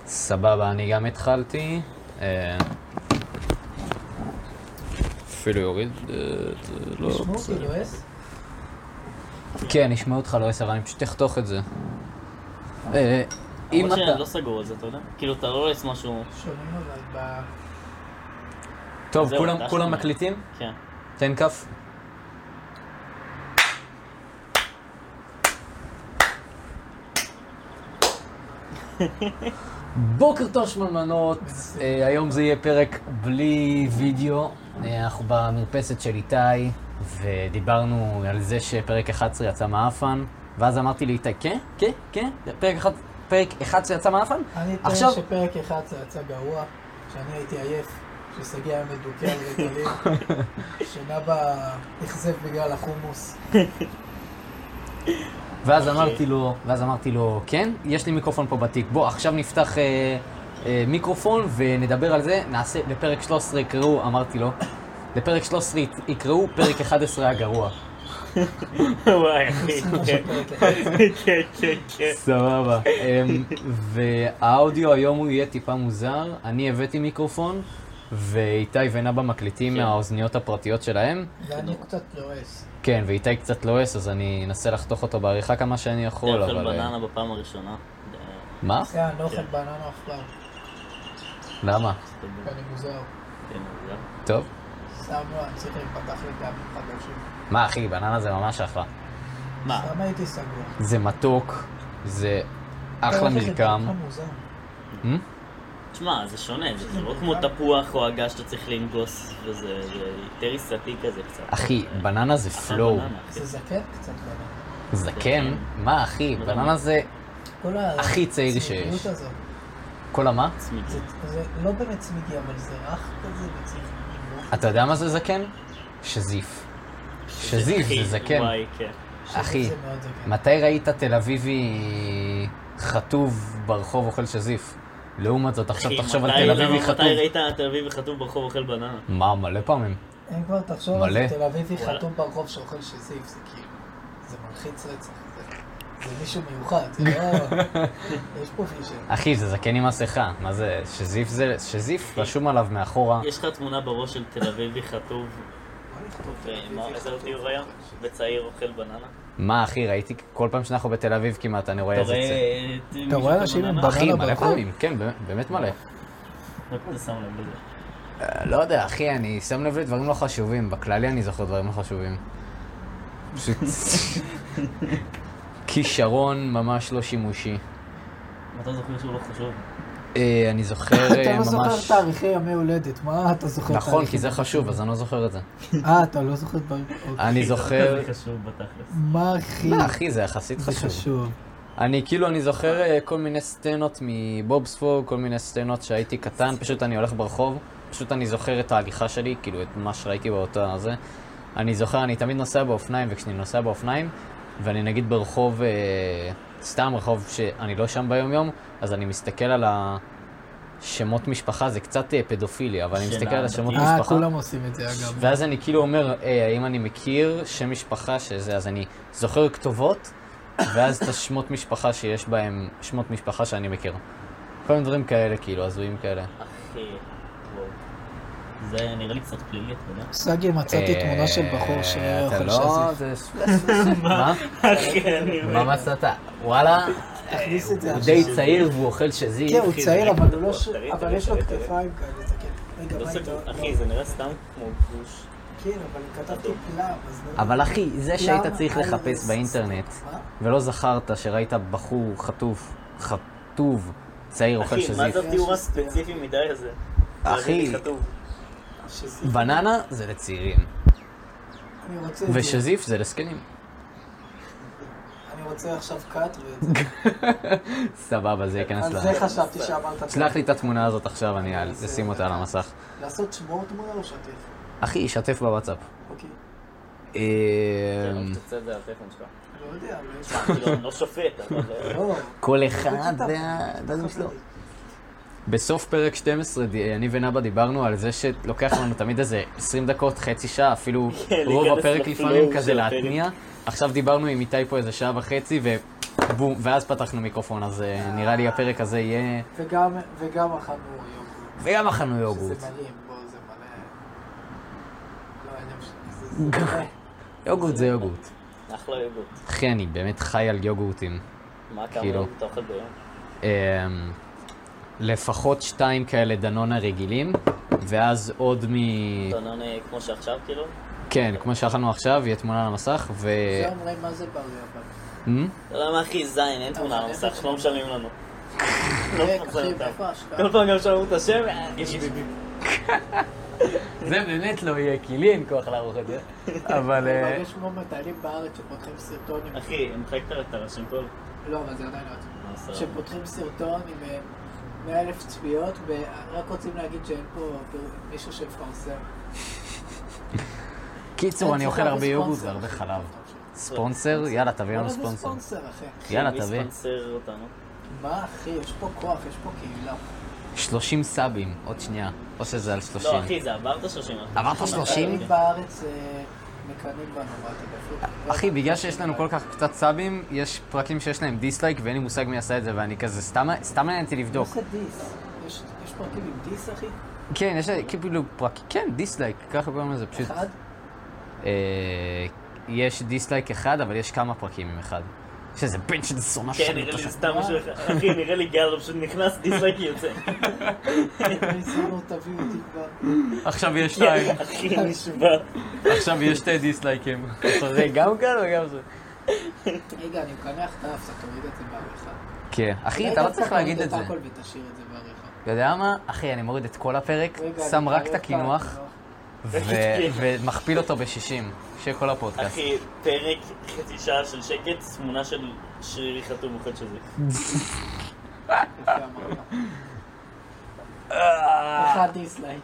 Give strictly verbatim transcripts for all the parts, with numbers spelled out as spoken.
סבבה, אני גם התחלתי. אפילו יוריד את זה, לא... נשמעו אותי לועס? כן, נשמע אותך לועס, אבל אני פשוט אחתוך את זה. אם אתה... לא סגור על זה, אתה יודע? כאילו, אתה לא לועס משהו... שומעים אבל ב... טוב, כולם מקליטים? כן. תן כף. בוקר טוב שמלמנות, היום זה יהיה פרק בלי וידאו. אנחנו במרפסת של איתי ודיברנו על זה שפרק אחת עשרה יצא מאפן, ואז אמרתי לי איתי, כן? כן? כן? פרק אחד עשרה יצא מאפן? אני טוען שפרק אחד עשרה יצא גרוע, שאני הייתי עייף, שסגי היה מדוקר רגלים, שינה בה אכזב בגלל החומוס. ואז אמרתי לו, ואז אמרתי לו, כן, יש לי מיקרופון פה בתיק, בוא, עכשיו נפתח אה, אה, מיקרופון ונדבר על זה, נעשה, לפרק שלוש עשרה יקראו, אמרתי לו, לפרק שלוש עשרה יקראו, פרק אחד עשרה הגרוע. וואי, אחי, כן, כן, כן, כן. סבבה. והאודיו היום הוא יהיה טיפה מוזר, אני הבאתי מיקרופון, ואיתי ונבא מקליטים מהאוזניות הפרטיות שלהם. ואני קצת לועס. כן, ואיתי קצת לועס, אז אני אנסה לחתוך אותו בעריכה כמה שאני יכול, אבל... אתה אוכל בננה בפעם הראשונה. מה? כן, אני לא אוכל בננה אף פעם. למה? אני מוזר. כן, מוזר. טוב. סתם לא, אני צריך להיפתח לטעמים חדשים. מה אחי, בננה זה ממש אחלה. מה? סתם הייתי סגור. זה מתוק, זה אחלה מרקם. תשמע, זה שונה, זה לא כמו תפוח או אגש שאתה צריך לנגוס, וזה יותר עיסתי כזה קצת. אחי, בננה זה פלואו. זה זקן קצת בננה. זקן? מה אחי? בננה זה הכי צעיר שיש. כל המה? צמיגי. זה לא באמת צמיגי, אבל זה רך כזה וצריך... אתה יודע מה זה זקן? שזיף. שזיף זה זקן. וואי, כן. אחי, מתי ראית תל אביבי חטוב ברחוב אוכל שזיף? לעומת זאת, עכשיו תחשוב על תל אביבי חטוב. מתי ראית תל אביבי חטוב ברחוב אוכל בננה? מה, מלא פעמים. אין כבר תחשוב על זה, תל אביבי חטוב ברחוב שאוכל שזיף, זה כאילו, זה מלחיץ רצח. זה מישהו מיוחד, זה לא... יש פה פישר. אחי, זה זקן עם מסכה. מה זה? שזיף זה... שזיף רשום עליו מאחורה. יש לך תמונה בראש של תל אביבי חטוב. איזה תיאור היה? וצעיר אוכל בננה? מה אחי, ראיתי כל פעם שאנחנו בתל אביב כמעט, אני רואה איזה צעיר. אתה רואה אנשים עם בננה ברחוב? אחי, מלא פעמים, כן, באמת מלא. איך אתה שם לב לזה? לא יודע, אחי, אני שם לב לדברים לא חשובים. בכללי אני זוכר דברים לא חשובים. פשוט... כישרון ממש לא שימושי. אתה זוכר שהוא לא חשוב? אני זוכר ממש... אתה לא זוכר תאריכי ימי הולדת, מה אתה זוכר? נכון, כי זה חשוב, אז אני לא זוכר את זה. אה, אתה לא זוכר דברים? אני זוכר... זה חשוב בתכלס. מה אחי? מה אחי, זה יחסית חשוב. זה חשוב. אני כאילו, אני זוכר כל מיני סצנות מבובספוג, כל מיני סצנות שהייתי קטן, פשוט אני הולך ברחוב, פשוט אני זוכר את ההליכה שלי, כאילו את מה שראיתי באותה הזה. אני זוכר, אני תמיד נוסע באופניים, וכשאני נוסע באופניים, ואני נגיד ברחוב, סתם רחוב שאני לא שם ביום יום, אז אני מסתכל על השמות משפחה, זה קצת פדופילי, אבל אני מסתכל על השמות משפחה. אה, כולם עושים את זה אגב. ואז אני כאילו אומר, האם אני מכיר שם משפחה שזה, אז אני זוכר כתובות, ואז את השמות משפחה שיש בהם, שמות משפחה שאני מכיר. כל מיני דברים כאלה, כאילו, הזויים כאלה. אחי, וואו. זה נראה לי קצת פלילי, אתה יודע? סגי, מצאתי תמונה של בחור שאוכל שזיף. מה? מה מצאת? וואלה, הוא די צעיר והוא אוכל שזיף. כן, הוא צעיר, אבל יש לו כתפיים כאלה. אחי, זה נראה סתם כמו גוש. כן, אבל כתבתי פלאב, אז לא... אבל אחי, זה שהיית צריך לחפש באינטרנט, ולא זכרת שראית בחור חטוף, חטוב, צעיר אוכל שזיף. אחי, מה זה התיאור הספציפי מדי הזה? אחי, בננה זה לצעירים, ושזיף זה לסקנים. אני רוצה עכשיו קאט ואת זה. סבבה, זה ייכנס לה. על זה חשבתי שאמרת. שלח לי את התמונה הזאת עכשיו, אני אשים אותה על המסך. לעשות שמור תמונה או שתף? אחי, שתף בוואטסאפ. אוקיי. לא תצא את זה על הטלפון שלך. לא יודע, אבל... אני לא שופט, אבל... כל אחד והדברים שלו. בסוף פרק שתים עשרה, אני ונבא דיברנו על זה שלוקח לנו תמיד איזה עשרים דקות, חצי שעה, אפילו רוב הפרק לפעמים כזה להתניע. עכשיו דיברנו עם איתי פה איזה שעה וחצי, בום, ואז פתחנו מיקרופון, אז נראה לי הפרק הזה יהיה... וגם, וגם אכלנו יוגורט. וגם אכלנו יוגורט. שזה מלאים, בוא, זה מלא... לא, אני... יוגורט זה יוגורט. אחלה יוגורט. אחי, אני באמת חי על יוגורטים. מה כמה יוגורט אתה אוכל ביום? לפחות שתיים כאלה דנונה רגילים, ואז עוד מ... דנונה כמו שעכשיו כאילו? כן, כמו שאכלנו עכשיו, יהיה תמונה על המסך, ו... זה אומרים מה זה בריא, אבל... אתה יודע מה אחי, זין, אין תמונה על המסך, שלא משלמים לנו. כל פעם גם שמעו את השם, יש לי ביבי. זה באמת לא יהיה, כי לי אין כוח לערוך את זה, אבל... יש כמו מטיילים בארץ שפותחים סרטונים. אחי, הם מחלקת את הרשם כל? לא, אבל זה עדיין לא. שפותחים סרטון עם מאה אלף צפיות, ורק רוצים להגיד שאין פה מישהו שמפרסם. קיצור, אני אוכל הרבה יוגורט והרבה חלב. ספונסר? יאללה, תביא לנו ספונסר. זה ספונסר, אחי. יאללה, מי תביא. ספונסר אותנו? מה, אחי? יש פה כוח, יש פה קהילה. שלושים סאבים, עוד שנייה. או שזה על שלושים. לא, אחי, זה עברת שלושים. עברת שלושים? אני בארץ מקנים בנו, מה אתה אחי, בגלל שיש לנו כל כך קצת סאבים, יש פרקים שיש להם דיסלייק ואין לי מושג מי עשה את זה, ואני כזה, סתם מעניין אותי לבדוק. מה זה דיס? יש פרקים עם דיס, אחי? כן, יש כאילו פרקים, כן, דיסלייק, ככה קוראים לזה פשוט. אחד? יש דיסלייק אחד, אבל יש כמה פרקים עם אחד. יש איזה בן של זונה כן, נראה לי סתם משהו אחד. אחי, נראה לי גל פשוט נכנס, דיסלייק יוצא. אני סונו, תביא אותי כבר. עכשיו יש שתיים. אחי, נשבע. עכשיו יש שתי דיסלייקים. זה גם כאן וגם זה. רגע, אני מקנח את האף, אתה תוריד את זה בעריכה. כן, אחי, אתה לא צריך להגיד את זה. הכל ותשאיר את זה בעריכה. אתה יודע מה? אחי, אני מוריד את כל הפרק, שם רק את הקינוח, ומכפיל אותו ב-שישים, שיהיה כל הפודקאסט. אחי, פרק חצי שעה של שקט, תמונה של שרירי חתום מוחד שזה. אחד דיסלייק.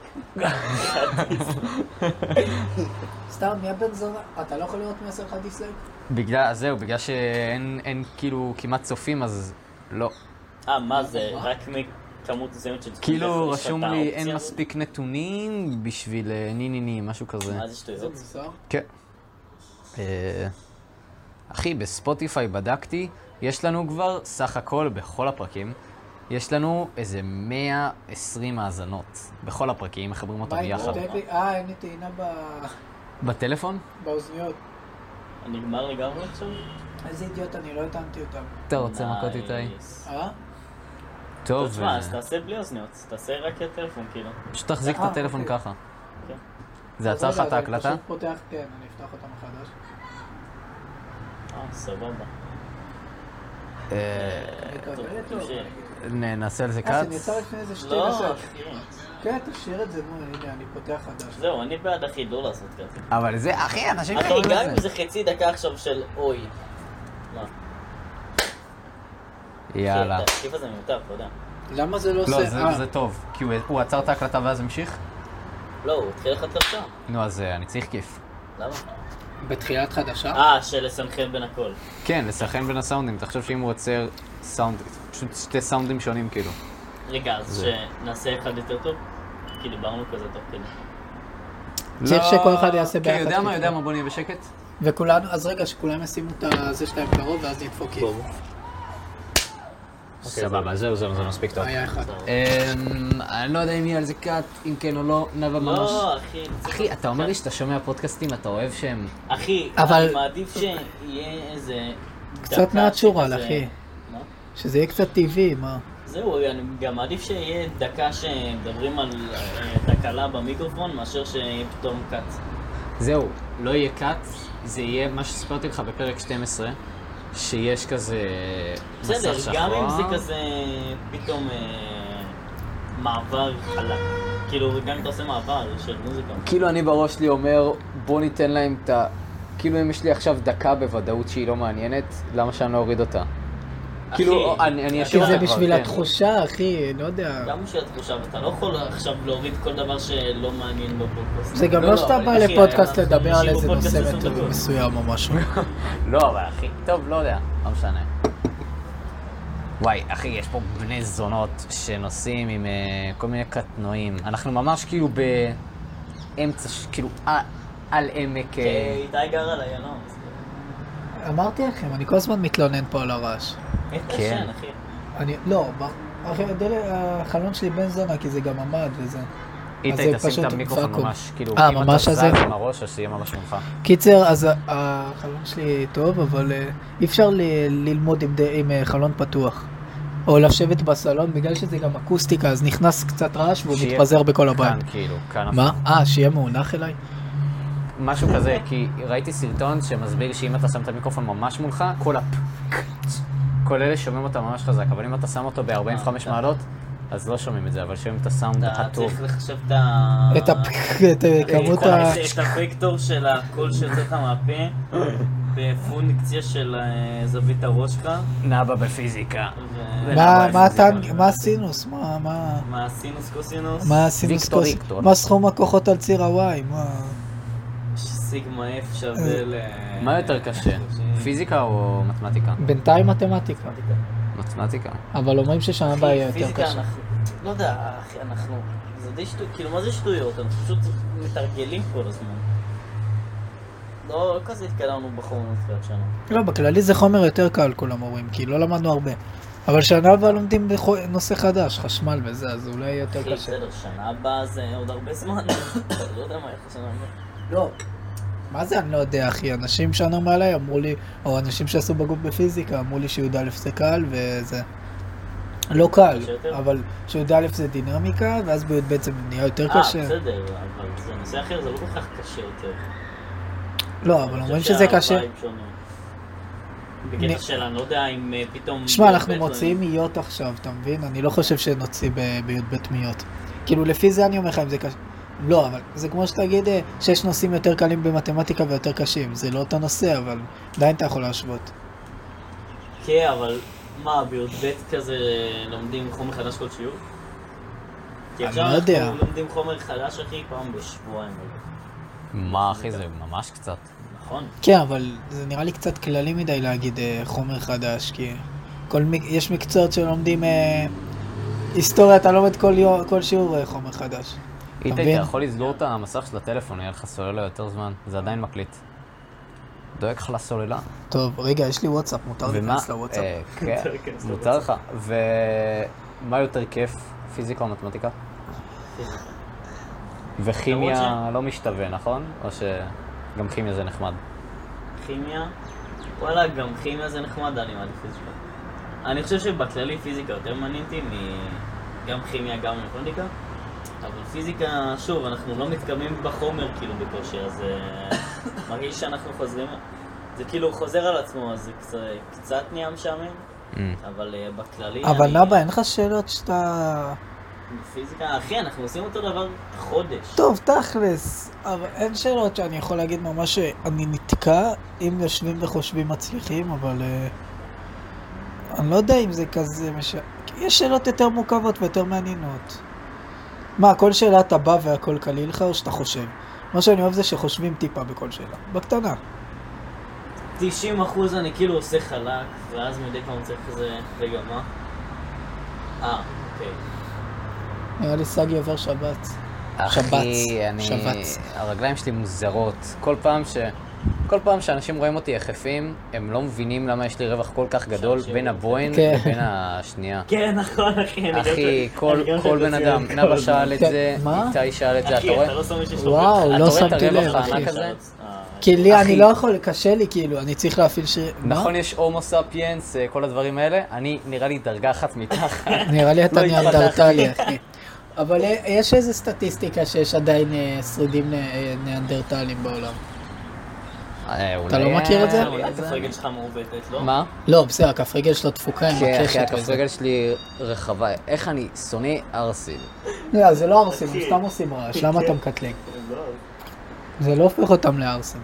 סתם, מי הבן זונה? אתה לא יכול לראות מי עשה לך דיסלייק? בגלל, זהו, בגלל שאין כאילו כמעט צופים, אז לא. אה, מה זה? רק מכמות מסוימת של צופים? כאילו רשום לי אין מספיק נתונים בשביל ני ני ני, משהו כזה. מה זה שטויות? זה מוזר? כן. אחי, בספוטיפיי בדקתי, יש לנו כבר סך הכל בכל הפרקים, יש לנו איזה מאה ועשרים האזנות בכל הפרקים, מחברים אותם יחד. אה, אין לי טעינה ב... בטלפון? באוזניות. נגמר לגמרי עכשיו? איזה אידיוט, אני לא הטענתי אותם. אתה רוצה מכות איתי? אה? טוב. תשמע, אז תעשה בלי אוזניות, תעשה רק הטלפון כאילו. פשוט תחזיק את הטלפון ככה. כן. זה עצר לך את ההקלטה? אני פשוט פותח, כן, אני אפתח אותה מחדש. אה, סבבה. נעשה על זה אה, זה קאץ? נעשה לפני איזה שתי לא, דקות. אחי. כן, תשאיר את זה, נו, הנה, אני פותח חדש. זהו, אני בעד אחי, לא לעשות כזה. אבל זה, אחי, אנשים אחי, קוראים גם אם לזה. זה חצי דקה עכשיו של אוי. מה? יאללה. התקשיב הזה מיותר, אתה יודע. למה זה לא לא, עושה? זה- זה טוב, כי הוא- הוא עצר את ההקלטה ואז המשיך? לא, הוא התחיל לך עכשיו. נו, אז אה, אני צריך כיף. למה? בתחילת חדשה? אה, של לסנכרן בין הכל. כן, לסנכרן בין הסאונדים, תחשוב שאם הוא עוצר סאונד, פשוט שתי סאונדים שונים כאילו. רגע, אז שנעשה אחד יותר טוב? כי דיברנו כזה טוב כדי. צריך שכל אחד יעשה ביחד. כן, יודע מה, כאילו. יודע מה, בוא נהיה בשקט. וכולנו, אז רגע, שכולם ישימו את הזה שלהם קרוב ואז נדפוק כאילו. סבבה, זהו, זהו, זה מספיק טוב. היה אחד. אמ, אני לא יודע אם יהיה על זה קאט, אם כן או לא, נאווה ממש. לא, אחי. אחי, אתה אומר לי שאתה שומע פודקאסטים, אתה אוהב שהם... אחי, אבל- אני מעדיף שיהיה איזה... קצת דקה נאצ'ורל, שכזה- אחי. מה? שזה יהיה קצת טבעי, מה? זהו, אני גם מעדיף שיהיה דקה שמדברים על אה, תקלה במיקרופון, מאשר שיהיה פתאום קאט. זהו, לא יהיה קאט, זה יהיה מה שסיפרתי לך בפרק שתים עשרה, שיש כזה בסדר, מסך גם אם זה שחור. כזה פתאום אה, מעבר חלק. כאילו, גם אם אתה עושה מעבר של מוזיקה. כאילו אני בראש שלי אומר, בוא ניתן להם את ה... כאילו אם יש לי עכשיו דקה בוודאות שהיא לא מעניינת, למה שאני לא אוריד אותה? אחי, כאילו, אני אני אשאיר כי אותה זה כבר, בשביל כן. התחושה, אחי, לא יודע. גם בשביל התחושה, ואתה לא יכול עכשיו להוריד כל דבר שלא מעניין בפודקאסט. זה גם לא, לא לא, שאתה אבל בא אחי, לפודקאסט אנחנו לדבר על נשאיר איזה בפודקאסט נושא עשר דקות. מסוים או משהו. לא, אבל אחי, טוב, לא יודע, לא משנה. וואי, אחי, יש פה בני זונות שנוסעים עם uh, כל מיני קטנועים. אנחנו ממש כאילו באמצע, ש- כאילו על, על עמק... uh, איתי גר על הינום. אמרתי לכם, אני כל הזמן מתלונן פה על הרעש. איך תשן, אחי? אני, לא, אחי, החלון שלי בן זונה, כי זה גם עמד וזה. איתי, תשים את המיקרופון ממש, כאילו, אה, אם אתה ממש זז הזה? עם הראש, אז שיהיה ממש ממך. קיצר, אז החלון שלי טוב, אבל אה, אי אפשר ל- ללמוד עם, ד- עם אה, חלון פתוח. או לשבת בסלון, בגלל שזה גם אקוסטיקה, אז נכנס קצת רעש והוא שיהיה מתפזר בכל הבית. כאן, כאילו, כאן. מה? אה, שיהיה מעונח אליי? משהו כזה, כי ראיתי סרטון שמסביר שאם אתה שם את המיקרופון ממש מולך, כל הפ... כל אלה שומעים אותה ממש חזק, אבל אם אתה שם אותו ב-ארבעים וחמש מעלות, אז לא שומעים את זה, אבל שומעים את הסאונד אתה הטוב. צריך לחשב את ה... את הפ- את אה, כמות ה... את הוקטור של הקול שיוצא לך מהפה, בפונקציה של אה, זווית הראש שלך. נאבא בפיזיקה. ו- מה- איזה מה זה הטנג- משהו. מה הסינוס? מה- מה... מה הסינוס קוסינוס? מה הסינוס ויקטור, קוס? ויקטור. מה סכום הכוחות על ציר הוואי? מה... סיגמה F שווה ל... מה יותר קשה? פיזיקה או מתמטיקה? בינתיים מתמטיקה. מתמטיקה. אבל אומרים ששנה הבאה יהיה יותר פיזיקה קשה. אנחנו... לא יודע, אחי, אנחנו... זה די שטויות, כאילו מה זה שטויות? אנחנו פשוט מתרגלים כל הזמן. לא כזה התקדמנו בחומר מתחילת שנה. לא, בכללי זה חומר יותר קל כל המורים, כי לא למדנו הרבה. אבל שנה הבאה לומדים בנושא חדש, חשמל וזה, אז אולי יהיה יותר אחי, קשה. בסדר, שנה הבאה זה עוד הרבה זמן. אתה לא יודע מה יחד שנה הבאה. לא. מה זה אני לא יודע, אחי? אנשים שנה מעליי אמרו לי, או אנשים שעשו בגרות בפיזיקה, אמרו לי שי"א זה קל וזה... לא קל, שיותר? אבל שי"א זה דינמיקה, ואז בי"ב זה נהיה יותר אה, קשה. בסדר, אבל זה נושא אחר, זה לא כל כך קשה יותר. לא, אבל אומרים שזה קשה. בקטע של אני לא יודע אם אה, פתאום... שמע, אנחנו ב' מוציאים מיות עכשיו, אתה מבין? אני לא חושב שנוציא ב- בי"ב מיות. כאילו, לפי זה אני אומר לך אם זה קשה. לא, אבל זה כמו שתגיד אה, שיש נושאים יותר קלים במתמטיקה ויותר קשים. זה לא אותו נושא, אבל עדיין אתה יכול להשוות. כן, אבל מה, בי"ב כזה לומדים חומר חדש כל שיעור? כי אני עכשיו לא יודע. אנחנו לומדים חומר חדש, אחי, פעם בשבועיים. מה אחי, זה ממש קצת. נכון? כן, אבל זה נראה לי קצת כללי מדי להגיד אה, חומר חדש, כי כל, מק- יש מקצועות שלומדים אה, היסטוריה, אתה לומד כל, יום, כל שיעור אה, חומר חדש. איתי, אתה מבין? יכול לסגור את המסך של הטלפון, יהיה לך סוללה יותר זמן. זה עדיין מקליט. דואג לך לסוללה? טוב, רגע, יש לי וואטסאפ, מותר ומה? להיכנס לוואטסאפ. אה, כן, להיכנס מותר לך. ומה יותר כיף? פיזיקה או מתמטיקה? פיזיקה. וכימיה למרות לא משתווה, נכון? או שגם כימיה זה נחמד? כימיה? וואלה, גם כימיה זה נחמד, אני מעדיף פיזיקה. אני חושב שבכללי פיזיקה יותר מעניינתי מגם כימיה, גם מתמטיקה. אבל פיזיקה, שוב, אנחנו לא מתקדמים בחומר כאילו בקושי, אז אה, מרגיש שאנחנו חוזרים, זה כאילו חוזר על עצמו, אז זה קצת, קצת נהיה משעמם, Mm. אבל אה, בכללי... אבל אני- נבא, אין לך שאלות שאתה... בפיזיקה, אחי, אנחנו עושים אותו דבר חודש. טוב, תכלס, אבל אין שאלות שאני יכול להגיד ממש שאני נתקע אם יושבים וחושבים מצליחים, אבל אה, אני לא יודע אם זה כזה מש... יש שאלות יותר מורכבות ויותר מעניינות. מה, כל שאלה אתה בא והכל קליל לך או שאתה חושב? מה שאני אוהב זה שחושבים טיפה בכל שאלה, בקטנה. תשעים אחוז אני כאילו עושה חלק, ואז מדי פעם צריך כזה, רגע, מה? אה, אוקיי. נראה לי סגי עובר שבץ. אחי, שבץ, אני... שבץ. הרגליים שלי מוזרות. כל פעם ש... כל פעם שאנשים רואים אותי יחפים, הם לא מבינים למה יש לי רווח כל כך גדול שם בין שם. הבוין כן. לבין השנייה. כן, נכון, אחי, אני גם... אחי, כל אני גם כל כזה בן אדם, ציון נאבא כל שאל את כן, זה, מה? איתי שאל את זה, אתה אחי, אתה רואה? לא שם שיש לו... וואו, אתה לא רואה את שמתי הרווח לב, הענק אחי. הזה? כי לי, אחי. אני לא יכול, קשה לי כאילו, אני צריך להפעיל ש... מה? נכון, יש הומו ספיאנס, כל הדברים האלה, אני נראה לי דרגה אחת מתחת. נראה לי אתה לא התפתחתי. ניאנדרטלי, אחי. אבל יש איזו סטטיסטיקה שיש עדיין אה, שרידים אה, ניאנדרטלים בעולם. אה, אתה לא אולי, מכיר את זה? אה, אולי אולי זה- הכף רגל שלך מעוותת, לא? מה? לא, בסדר, הכף רגל שלו תפוקה עם כן, אחי, הקשת הכף וזה. רגל שלי רחבה. איך אני שונא ערסים. לא, זה לא ערסים, הם סתם עושים רעש, למה אתה מקטלג? זה לא הופך אותם לערסים.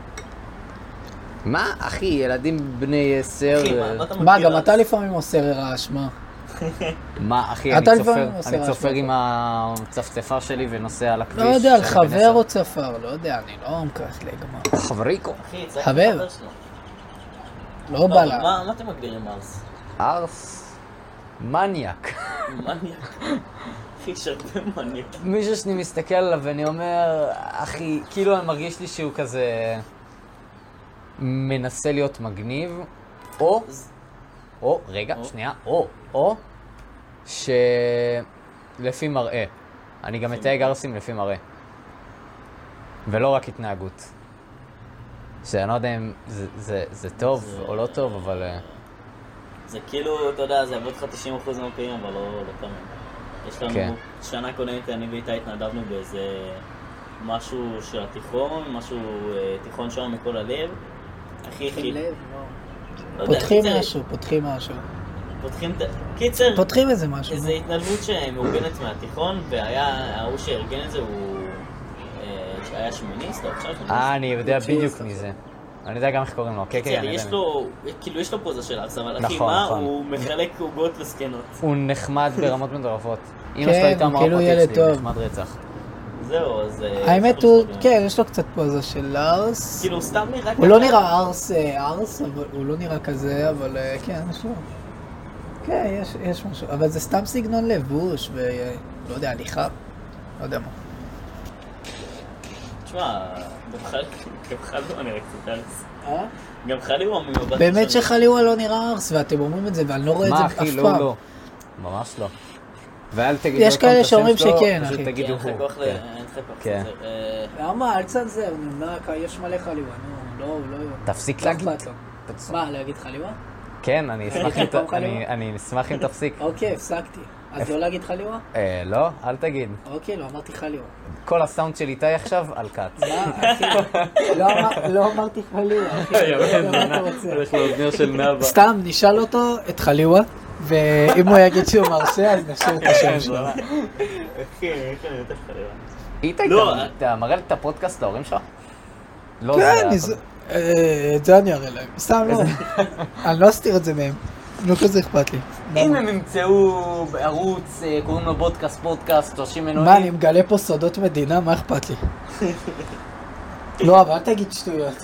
מה, אחי, ילדים בני עשר... אחי, מה מה אתה מה, מגדיר גם אז? אתה לפעמים עושה רעש, מה? מה, אחי, אתה אני לפעמים צופר, עושה אני רעש צופר באופן. עם הצפצפה שלי ונוסע על הכביש. לא יודע, על שאני בן חבר עשר. או צפר, לא יודע, אני לא מקטלג, מה? חבריקו. אחי, צעק חבר. לחבר שלו. לא בא אבל לה. מה מה אתם מגדירים ארס? ארס מניאק. מניאק. אחי, יש הרבה מניאק. מישהו שאני מסתכל עליו ואני אומר, אחי, כאילו אני מרגיש לי שהוא כזה... מנסה להיות מגניב, או, או, רגע, שנייה, או, או, שלפי מראה. אני גם מתייג ארסים לפי מראה. ולא רק התנהגות. שאני לא יודע אם זה טוב או לא טוב, אבל... זה כאילו, אתה יודע, זה עבוד לך תשעים אחוז מהפעמים, אבל לא תמיד. יש לנו, שנה קודמת אני ואיתה התנדבנו באיזה משהו של התיכון, משהו תיכון שם מכל הלב. הכי הכי... פותחים משהו, פותחים משהו. פותחים, קיצר, פותחים איזה משהו. איזה התנדבות שמאורגנת מהתיכון, והיה, ההוא שארגן את זה הוא היה שמיניסט, או עכשיו שמיניסט. אה, אני יודע בדיוק מי זה. אני יודע גם איך קוראים לו, כן, כן, אני יודע. יש לו, כאילו יש לו פוזה של ארס, אבל אחי, מה? הוא מחלק עוגות לסקנות. הוא נחמד ברמות מטורפות. אמא שלו הייתה מורה פרטית שלי, נחמד רצח. זהו, אז... האמת הוא, כן, יש לו קצת פוזה של ארס. כאילו, סתם נראה... הוא לא נראה ארס, ארס, הוא לא נראה כזה, אבל כן, יש לו... כן, יש משהו, אבל זה סתם סגנון לבוש, ולא יודע, הליכה, לא יודע מה. תשמע, גם חליווה נראה קצת ארס. אה? גם חליווה ממבט... באמת שחליווה לא נראה ארס, ואתם אומרים את זה, ואני לא רואה את זה אף פעם. מה, אחי, לא, לא. ממש לא. ואל תגידו... יש כאלה שאומרים שכן, אחי. פשוט תגידו הוא. אין לך כוח לזה. למה? אל תצנזר, יש מלא חליווה, נו, לא, לא... תפסיק להגיד. מה, להגיד חליווה? כן, אני אשמח אם תפסיק. אוקיי, הפסקתי. אז לא להגיד חליווה? אה, לא, אל תגיד. אוקיי, לא אמרתי חליווה. כל הסאונד של איתי עכשיו על קאט. מה, אחי? לא אמרתי חליווה, אחי. הולך לאוזניה של נאווה. סתם, נשאל אותו את חליווה, ואם הוא יגיד שהוא מרשה, אז נשאיר את השם שלו. אחי, איך אני יותר חליווה? איתי, אתה מראה את הפודקאסט להורים שלך? כן, את זה אני אראה להם. סתם לא. אני לא אסתיר את זה מהם. לא כזה אכפת לי. אם הם ימצאו בערוץ, קוראים לו בודקאסט, פודקאסט, שלושים מנויים. מה, אני מגלה פה סודות מדינה? מה אכפת לי? לא, אבל אל תגיד שטויות.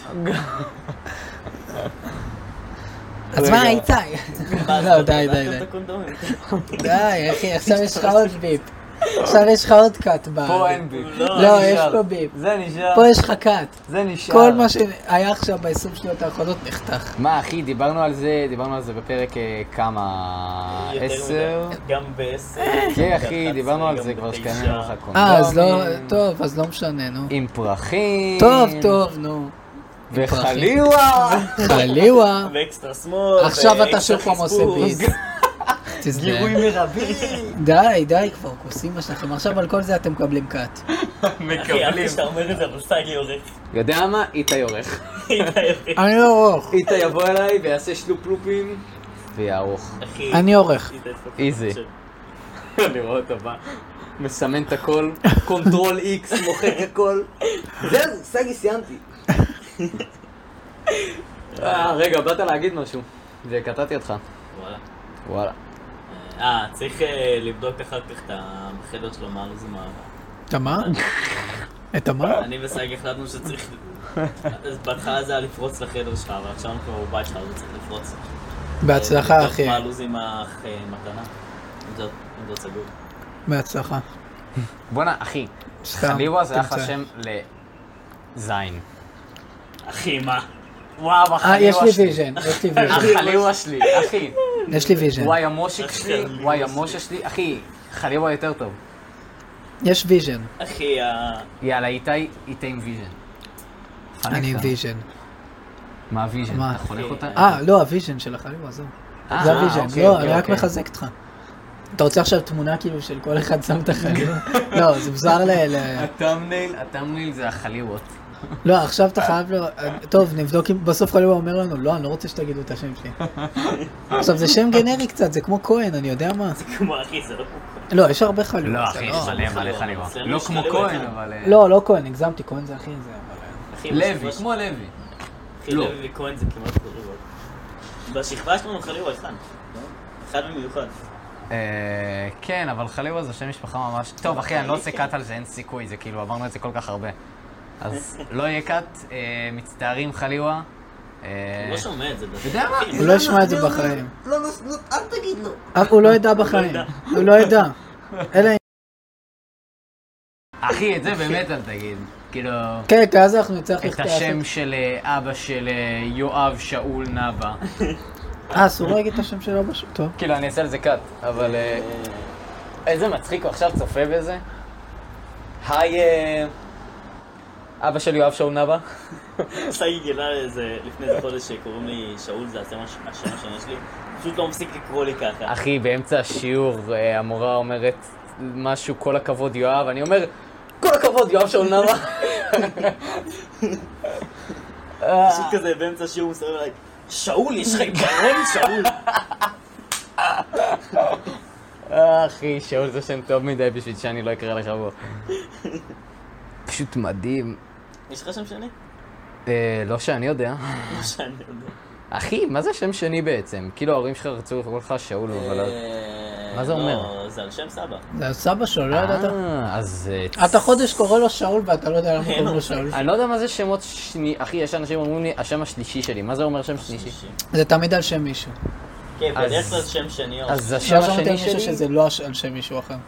אז מה, איתי? לא, די, די, די. די, אחי, עכשיו יש לך עוד ביפ. עכשיו יש לך עוד קאט ב... פה אין ביפ. לא, יש פה ביפ. זה נשאר. פה יש לך קאט. זה נשאר. כל מה שהיה עכשיו ב-עשרים שניות האחרונות נחתך. מה, אחי, דיברנו על זה, דיברנו על זה בפרק כמה... עשר? גם בעשר. כן, אחי, דיברנו על זה כבר שקיימים לך קונדומים. אה, אז לא... טוב, אז לא משנה, נו. עם פרחים. טוב, טוב, נו. וחליווה. חליווה. ואקסטרה שמאל. עכשיו אתה שוב פעם עושה ביז. גירוי מרבי. די, די כבר, כוסים מה שלכם. עכשיו על כל זה אתם מקבלים קאט. מקבלים. אחי, שאתה אומר את זה, אבל סגי עורך. יודע מה? איתי עורך. אני לא עורך. איתי יבוא אליי ויעשה שלופלופים ויערוך. אני עורך. איזי. אני רואה אותו בא. מסמן את הכל. קונטרול איקס, מוחק הכל. זהו, סגי, סיימתי. רגע, באת להגיד משהו. וקטעתי אותך. וואלה. וואלה. אה, צריך לבדוק אחר כך את החדר שלו, מה זה מה... את מה? את מה? אני וסייג החלטנו שצריך... אז בהתחלה זה היה לפרוץ לחדר שלך, אבל עכשיו אנחנו בבית שלך, אז צריך לפרוץ. בהצלחה, אחי. לבדוק מה לוז עם המתנה, אם זאת סגור. בהצלחה. בוא'נה, אחי, חליווה זה אחלה שם לזין. אחי, מה? וואו, החליווה שלי. אה, יש לי ויז'ן, יש לי ויז'ן. החליווה שלי, אחי. יש לי ויז'ן. וואי, המושיק שלי, וואי, המושה שלי, אחי, חליווה יותר טוב. יש ויז'ן. אחי, ה... יאללה, איתי, איתי עם ויז'ן. אני עם ויז'ן. מה הוויז'ן? אתה חולק אותה? אה, לא, הוויז'ן של החליווה, זהו. זה הוויז'ן. לא, אני רק מחזק אותך. אתה רוצה עכשיו תמונה כאילו של כל אחד שם את החליווה? לא, זה מוזר ל... הטאמנייל, הטאמנייל זה החליבות. לא, עכשיו אתה חייב לו... טוב, נבדוק אם בסוף חליווה אומר לנו, לא, אני לא רוצה שתגידו את השם שלי. עכשיו, זה שם גנרי קצת, זה כמו כהן, אני יודע מה. זה כמו אחי, זה לא כמו כהן. לא, יש הרבה חליבות. לא, אחי, יש מלא מלא חליבה. לא כמו כהן, אבל... לא, לא כהן, הגזמתי, כהן זה אחי, זה אבל... לוי, כמו לוי. אחי, לוי וכהן זה כמעט חליבות. בשכבה שלנו חליבה אחד. אחד במיוחד. כן, אבל חליבה זה שם משפחה ממש... טוב, אחי, אני לא עושה קאט על זה, אין סיכוי, זה כאילו, עברנו את זה כל כך הרבה. אז לא יהיה קאט, מצטערים חליבה. הוא לא שומע את זה בחיים. יודע מה? הוא לא ישמע את זה בחיים. לא, לא, אל תגיד לו. הוא לא ידע בחיים. הוא לא ידע. אלא אחי, את זה באמת אל תגיד. כאילו... כן, כי אז אנחנו נצטרך את השם של אבא של יואב שאול נאבה. אה, אסור להגיד את השם של אבא שלו, טוב. כאילו, אני אעשה על זה קאט, אבל... איזה מצחיק, הוא עכשיו צופה בזה. היי... אבא של יואב שאול נאבה. סגי גילה איזה, לפני איזה חודש שקוראים לי שאול, זה השם השני שלי. פשוט לא מפסיק לקרוא לי ככה. אחי, באמצע השיעור המורה אומרת משהו, כל הכבוד יואב, אני אומר, כל הכבוד יואב שאול נאבה. פשוט כזה באמצע השיעור מסתובב אליי, שאול, יש לך עיקרון שאול. אחי, שאול זה שם טוב מדי בשביל שאני לא אקרא לך בו. פשוט מדהים. יש לך שם שני? לא שאני יודע. לא שאני יודע. אחי, מה זה שם שני בעצם? כאילו ההורים שלך רצו לקרוא לך שאול, אבל... מה זה אומר? לא, זה על שם סבא. זה סבא שלו, לא ידעת? אה, אז... אתה חודש קורא לו שאול ואתה לא יודע למה קוראים לו שאול. אני לא יודע מה זה שמות שני... אחי, יש אנשים אומרים לי, השם השלישי שלי. מה זה אומר שם שלישי? זה תמיד על שם מישהו. כן, בדרך כלל שם שני או... אז השם השני שלי... שזה לא על שם מישהו אחר.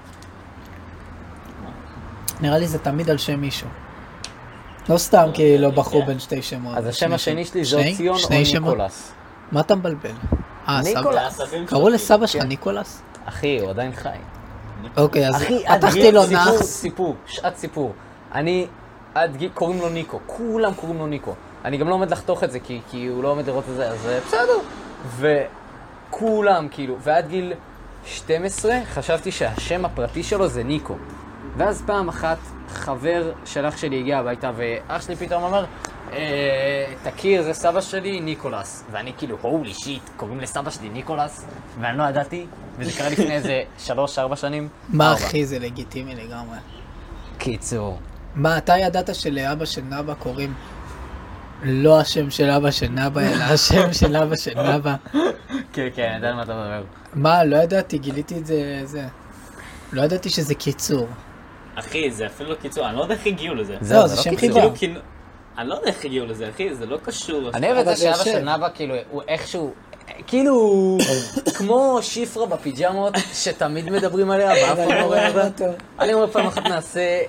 נראה לי זה תמיד על שם מישהו. לא סתם כי לא בחרו בין שתי שמות. אז השם השני שלי זה או ציון או ניקולס. מה אתה מבלבל? אה, ניקולס. קראו לסבא שלך ניקולס? אחי, הוא עדיין חי. אוקיי, אז אחי, פתחתי לו נח. סיפור, סיפור, שעת סיפור. אני, עד גיל, קוראים לו ניקו. כולם קוראים לו ניקו. אני גם לא עומד לחתוך את זה כי, כי הוא לא עומד לראות את זה, אז בסדר. וכולם, כאילו, ועד גיל שתים עשרה חשבתי שהשם הפרטי שלו זה ניקו. ואז פעם אחת חבר של אח שלי הגיע הביתה, ואח שלי פתאום אמר, תכיר, זה סבא שלי, ניקולס. ואני כאילו, הולי שיט, קוראים לסבא שלי ניקולס, ואני לא ידעתי, וזה קרה לפני איזה שלוש, ארבע שנים. מה אחי, זה לגיטימי לגמרי. קיצור. מה, אתה ידעת שלאבא של נאבה קוראים לא השם של אבא של נאבה, אלא השם של אבא של נאבה? כן, כן, אני יודע על מה אתה מדבר. מה, לא ידעתי, גיליתי את זה, זה. לא ידעתי שזה קיצור. אחי, זה אפילו לא קיצור, אני לא יודע איך הגיעו לזה. זהו, זה שם חיבה. אני לא יודע איך הגיעו לזה, אחי, זה לא קשור. אני אוהב את זה שאבא של נאבה, כאילו, הוא איכשהו, כאילו, כמו שיפרה בפיג'מות, שתמיד מדברים עליה, באף פעם לא רואה אותה. אני אומר פעם אחת נעשה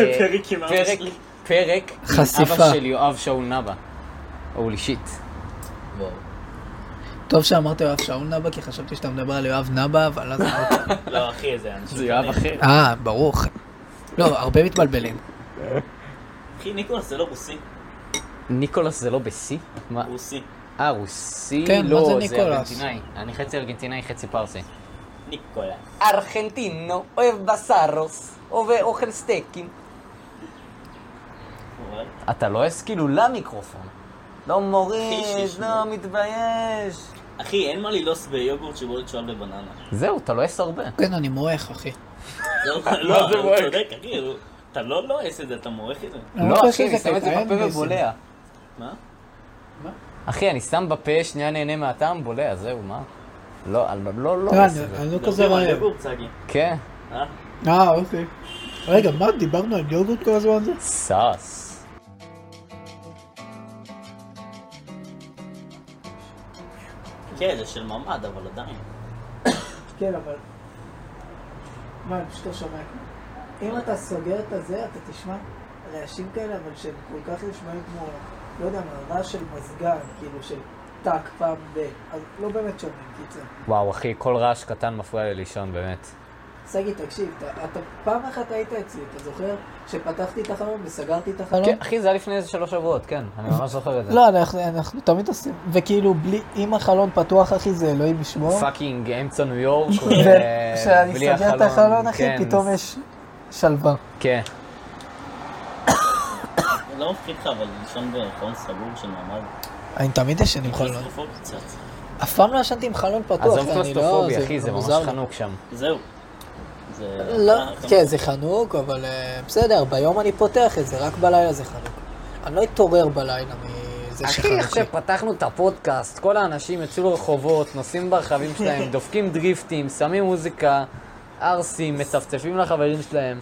פרק עם אבא של יואב שאול נאבה. הולי שיט. טוב שאמרת יואב שאול נאבה, כי חשבתי שאתה מדבר על יואב נאבה, אבל אז אמרת. לא, אחי, זה אנשים. זה יואב אחר. אה, ברוך. לא, הרבה מתבלבלים. אחי, ניקולס זה לא רוסי. ניקולס זה לא בסי? רוסי. אה, רוסי? כן, מה זה לא, זה ניקולס? ארגנטינאי. אני חצי ארגנטינאי, חצי פרסי. ניקולס. ארגנטינו, אוהב בסארוס, אוהב אוכל סטייקים. אתה לועס כאילו למיקרופון. לא מוריד, לא מתבייש. אחי, אין מה ללעוס ביוגורט שבולת שואל בבננה. זהו, אתה לועס הרבה. כן, אני מועך, אחי. לא, אתה צודק, אחי. אתה לא לועס את זה, אתה מועך את זה. לא, אחי, אני שם את זה בפה ובולע. מה? מה? אחי, אני שם בפה, שנייה נהנה מהטעם, בולע, זהו, מה? לא, לא, לא. אני לא כזה רעב. יוגורט, סגי. כן. אה? אה, אוקיי. רגע, מה? דיברנו על יוגורט כל הזמן הזה? סאס. כן, זה של ממד, אבל עדיין. כן, אבל... מה, אני פשוט לא שומע. אם אתה סוגר את הזה, אתה תשמע רעשים כאלה, אבל שהם כל כך נשמעים כמו, לא יודע מה, רעש של מזגן, כאילו של טק פעם ב... אז לא באמת שומעים, קיצר. וואו, אחי, כל רעש קטן מפריע לי לישון, באמת. סגי, תקשיב, אתה, אתה פעם אחת היית אצלי, אתה זוכר שפתחתי את החלום וסגרתי את החלום? כן, אחי, זה היה לפני איזה שלוש שבועות, כן, אני ממש זוכר את זה. לא, אנחנו, אנחנו תמיד עושים, וכאילו, בלי, אם החלון פתוח, אחי, זה אלוהים ישמור. פאקינג אמצע ניו יורק, וכשאני בלי סוגר את החלון, אחי, כן. פתאום יש שלווה. כן. לא מפחיד לך, אבל לישון בחלון סגור של מעמד. אני תמיד ישן עם חלון. קלסטרופוב קצת. אף פעם לא ישנתי עם חלון פתוח, עזוב אני לא... קלסטרופובי, אחי, זה ממש מוזר לי. חנוק שם. זהו. זה... לא, כן, זה חנוק, אבל אה, בסדר, ביום אני פותח את זה, רק בלילה זה חנוק. אני לא אתעורר בלילה מזה אחי, שחנוק לי. עכשיו פתחנו את הפודקאסט, כל האנשים יצאו לרחובות, נוסעים ברכבים שלהם, דופקים דריפטים, שמים מוזיקה, ארסים, מצפצפים לחברים שלהם.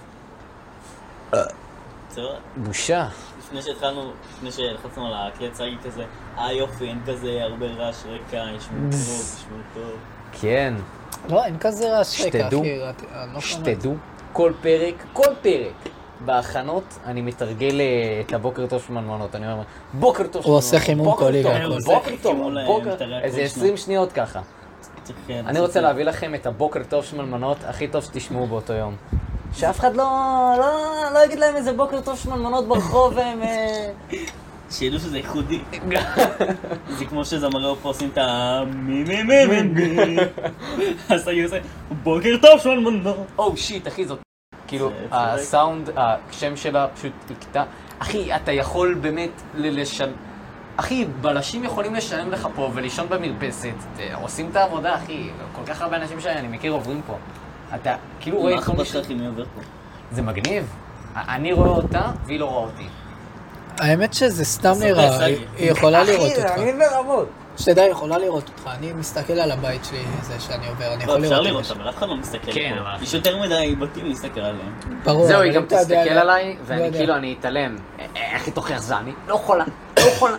בושה. לפני שהתחלנו, לפני שהלחצנו על ההקלט סגי כזה, אה יופי, אין כזה הרבה רעש רקע, ישמעו טוב, ישמעו טוב. כן. לא, אין כזה רעש רקע, שתדעו, אחי. אני לא שומע את זה. שתדעו, כל פרק, כל פרק, בהכנות אני מתרגל אה, את הבוקר טוב שמנמנות, אני אומר, בוקר טוב הוא עושה שמנמנות, חימום בוקר קולי טוב, והכל. בוקר טוב, חימום בוקר, למטרה איזה כל עשרים שניות ככה. צריך, אני רוצה להביא לכם את הבוקר טוב שמנמנות הכי טוב שתשמעו באותו יום. שאף אחד לא, לא, לא יגיד להם איזה בוקר טוב שמנמנות ברחוב והם... אה, שידעו שזה ייחודי. זה כמו שזמרי אופו עושים את המי מי מי מי מי. אז אני עושה בוקר טוב שמנמנות. או שיט, אחי, זאת... כאילו, זה צודק. הסאונד, השם שלה פשוט יקטע. אחי, אתה יכול באמת לשלם... אחי, בלשים יכולים לשלם לך פה ולישון במרפסת. עושים את העבודה, אחי. כל כך הרבה אנשים שאני מכיר עוברים פה. אתה כאילו רואה... מה כל החברה מישהו- שלך אם היא עובר פה? זה מגניב. אני רואה אותה והיא לא רואה אותי. האמת שזה סתם ספר, נראה, סגי. היא היא יכולה לראות אחי, אותך. אני ברמות. שתדע, היא יכולה לראות אותך. אני מסתכל על הבית שלי, זה שאני עובר, אני לא, יכול אפשר לראות לראות את זה. אבל אף אחד לא מסתכל כן, פה. אבל- יש יותר מדי בתים להסתכל עליהם. ברור, זהו, אבל היא גם אם אתה יודע- תסתכל עליי, לא ואני יודע. כאילו, אני אתעלם. איך היא תוכיח זה? אני לא יכולה, לא יכולה.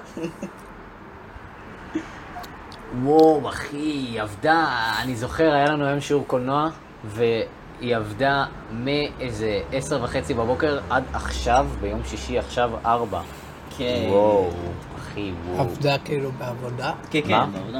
וואו, אחי, היא עבדה, אני זוכר, היה לנו היום שיעור קולנוע, והיא עבדה מאיזה עשר וחצי בבוקר עד עכשיו, ביום שישי עכשיו ארבע. כן. וואו, אחי, וואו. עבדה כאילו בעבודה? כן, כן, מה? בעבודה.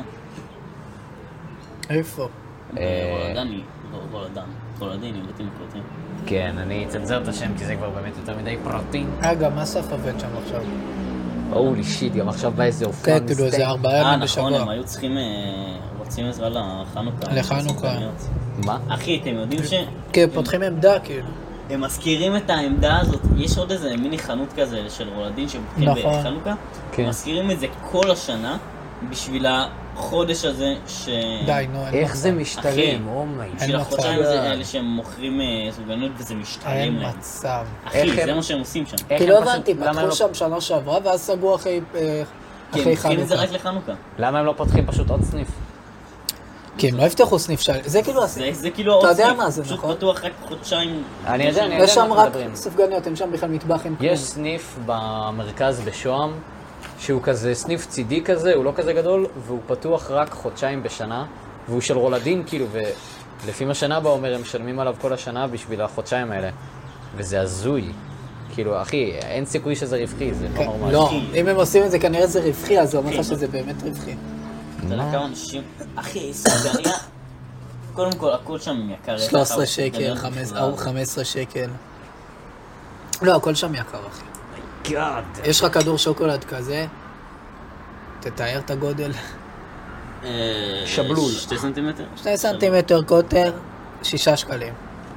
איפה? אה, רולדני, רולדן. רולדיני, בתים פרטיים. כן, אני אצנזר את השם, כי זה כבר באמת יותר מדי פרטי. אה, גם אסף עובד שם עכשיו. הולי שיט, גם עכשיו בא איזה אופן. כן, כאילו איזה ארבעה אה, ימים נכון, בשבוע. הם היו צריכים... אה, רוצים עזרה לחנוכה. לחנוכה. מה? אחי, אתם יודעים שהם כן, פותחים עמדה כאילו. מזכירים את העמדה הזאת, יש עוד איזה מיני חנות כזה של רולדין שפותחים נכון. בחנוכה, כן. מזכירים את זה כל השנה בשביל החודש הזה ש... די, נו, אין איך זה מצב. משתלם? אומי. בשביל אין החודשיים מצב. הזה האלה שהם מוכרים אה, סופגנות וזה משתלם אין להם. מצב. אחי, איך זה הם- מה שהם עושים שם. איך כי הם לא פשוט- הבנתי, למה הם פתחו לא- שם שנה שעברה ואז סגרו אחרי אה, כי הם אחרי מוכרים את זה רק חנוכה. לחנוכה. למה הם לא פותחים פשוט עוד סניף? כי הם לא יפתחו סניף של... זה כאילו... זה זה כאילו אתה עוד יודע סניף, מה זה, פשוט נכון? פתוח רק חודשיים. אני יודע, אני יודע. יש שם מה רק מדברים. סופגניות, אין שם בכלל מטבח, אין כלום. יש סניף במרכז בשוהם, שהוא כזה סניף צידי כזה, הוא לא כזה גדול, והוא פתוח רק חודשיים בשנה, והוא של רולדין כאילו, ולפי מה שנה בא אומר, הם משלמים עליו כל השנה בשביל החודשיים האלה. וזה הזוי. כאילו, אחי, אין סיכוי שזה רווחי, זה לא כן, נורמלי. לא, אם הם עושים את זה כנראה זה רווחי, אז זה אומר כן. לך שזה באמת רווחי. אתה יודע כמה אנשים... אחי, סופגניה... קודם כל, הכל שם יקר. שלוש עשרה יקר, שקל, סופגניות חמש- בכלל. חמש עשרה שקל. לא, הכל שם יקר, אחי. גאד. יש לך כדור שוקולד כזה, תתאר את הגודל. אה, שבלול. שתי סנטימטר? שני סנטימטר קוטר, שישה שקלים.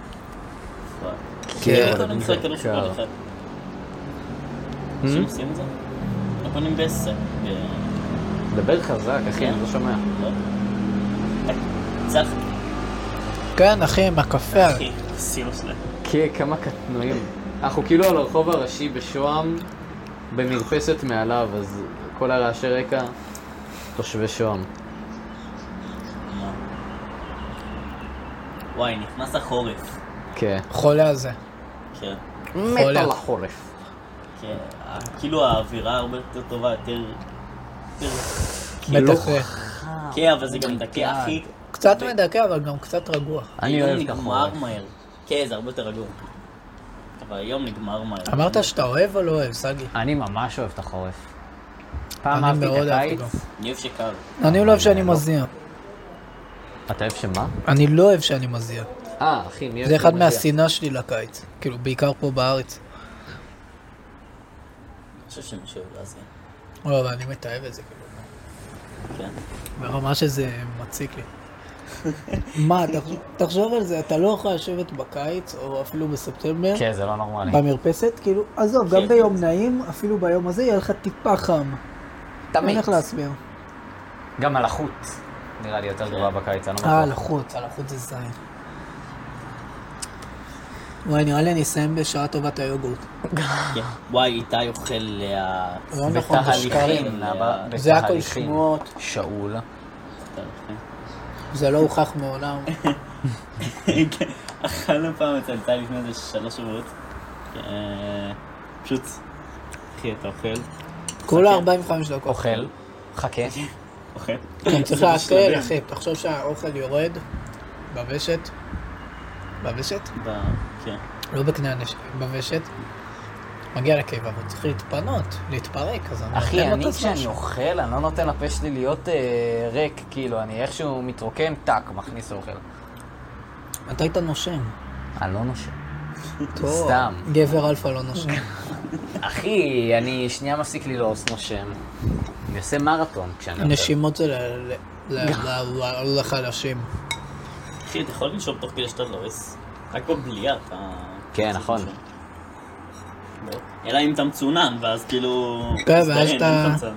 כן. כן. אני מצא כדור שוקולד אחד. אנשים עושים את זה? לא קונים בעשר. דבר חזק, אחי, אני לא שומע. צח, כן, אחי, עם הקפה. אחי, סיום שלהם. כן, כמה קטנועים. אנחנו כאילו על הרחוב הראשי בשוהם, במרפסת מעליו, אז כל הרעשי רקע, תושבי שוהם. וואי, נכנס החורף. כן. חולה על זה. כן. מת חולה. על החורף. כן. כאילו האווירה הרבה יותר טובה, יותר... יותר... כאילו- בטח אה, כן, אבל זה גם דקה הכי... קצת מדכא, אבל גם קצת רגוע. אני היום אוהב את נגמר החורף. מהר. כן, זה הרבה יותר רגוע. אבל היום נגמר מהר. אמרת שאתה אוהב או לא אוהב, סגי? אני ממש אוהב את החורף. פעם אני אהבתי מאוד את אהבתי הקיץ. גם. אני אוהב שקר. אני לא אוהב שאני מזיע. אתה אוהב שמה? אני לא אוהב שאני מזיע. אה, אחי, מי אוהב זה אחד שמזיע? מהשנאה שלי לקיץ. כאילו, בעיקר פה בארץ. אני חושב שמישהו אוהב להזיע. לא, אבל אני מתאהב את זה, כאילו. כן. ברמה שזה מציק לי. מה, תחשוב- תחשוב על זה, אתה לא יכול לשבת בקיץ, או אפילו בספטמבר, כן, זה לא נורמלי. במרפסת, כאילו, עזוב, גם כן. ביום נעים, אפילו ביום הזה, יהיה לך טיפה חם. אין תמיד. איך להסביר. גם הלחות. נראה לי יותר גרועה בקיץ, אני לא אה, בטוח. לחוץ, הלחוץ זה זין. וואי, נראה לי אני אסיים בשעה טובת היוגורט. כן. וואי, איתי אוכל... אה, לא נכון, בתהליכים, בשקרים. נאבא, זה הכל בתהליכים. שמועות, שאול. זה לא הוכח מעולם. אכלנו פעם אצל איתי לפני איזה שלוש שבועות. אה, פשוט... אחי, אתה אוכל. כולה ארבעים וחמש דקות. אוכל. חכה. אוכל. גם צריך זה להקל, בשלבים. אחי. תחשוב שהאוכל יורד בוושת, בוושת? ב... כן. לא בקנה הנשק, בוושת. מגיע לקיבה, והוא צריך להתפנות, להתפרק, אז אני אחי, נותן לו אני את הזמן כשאני שלו. אוכל, אני לא נותן לפה שלי להיות אה, ריק, כאילו, אני איכשהו מתרוקן, טאק, מכניס אוכל. אתה היית נושם. אני לא נושם. טוב. סתם. גבר אלפא לא נושם. אחי, אני שנייה מפסיק לי לעוס נושם. אני עושה מרתון כשאני אוכל. נשימות זה ל- ל- ל- ל- לחלשים. אחי, אתה יכול לנשום תוך כדי שאתה לועס. רק בבליעה אתה... כן, נכון. לא. אלא אם אתה מצונן, ואז כאילו... כן, מזדהן, ואז אין אתה- חמצן.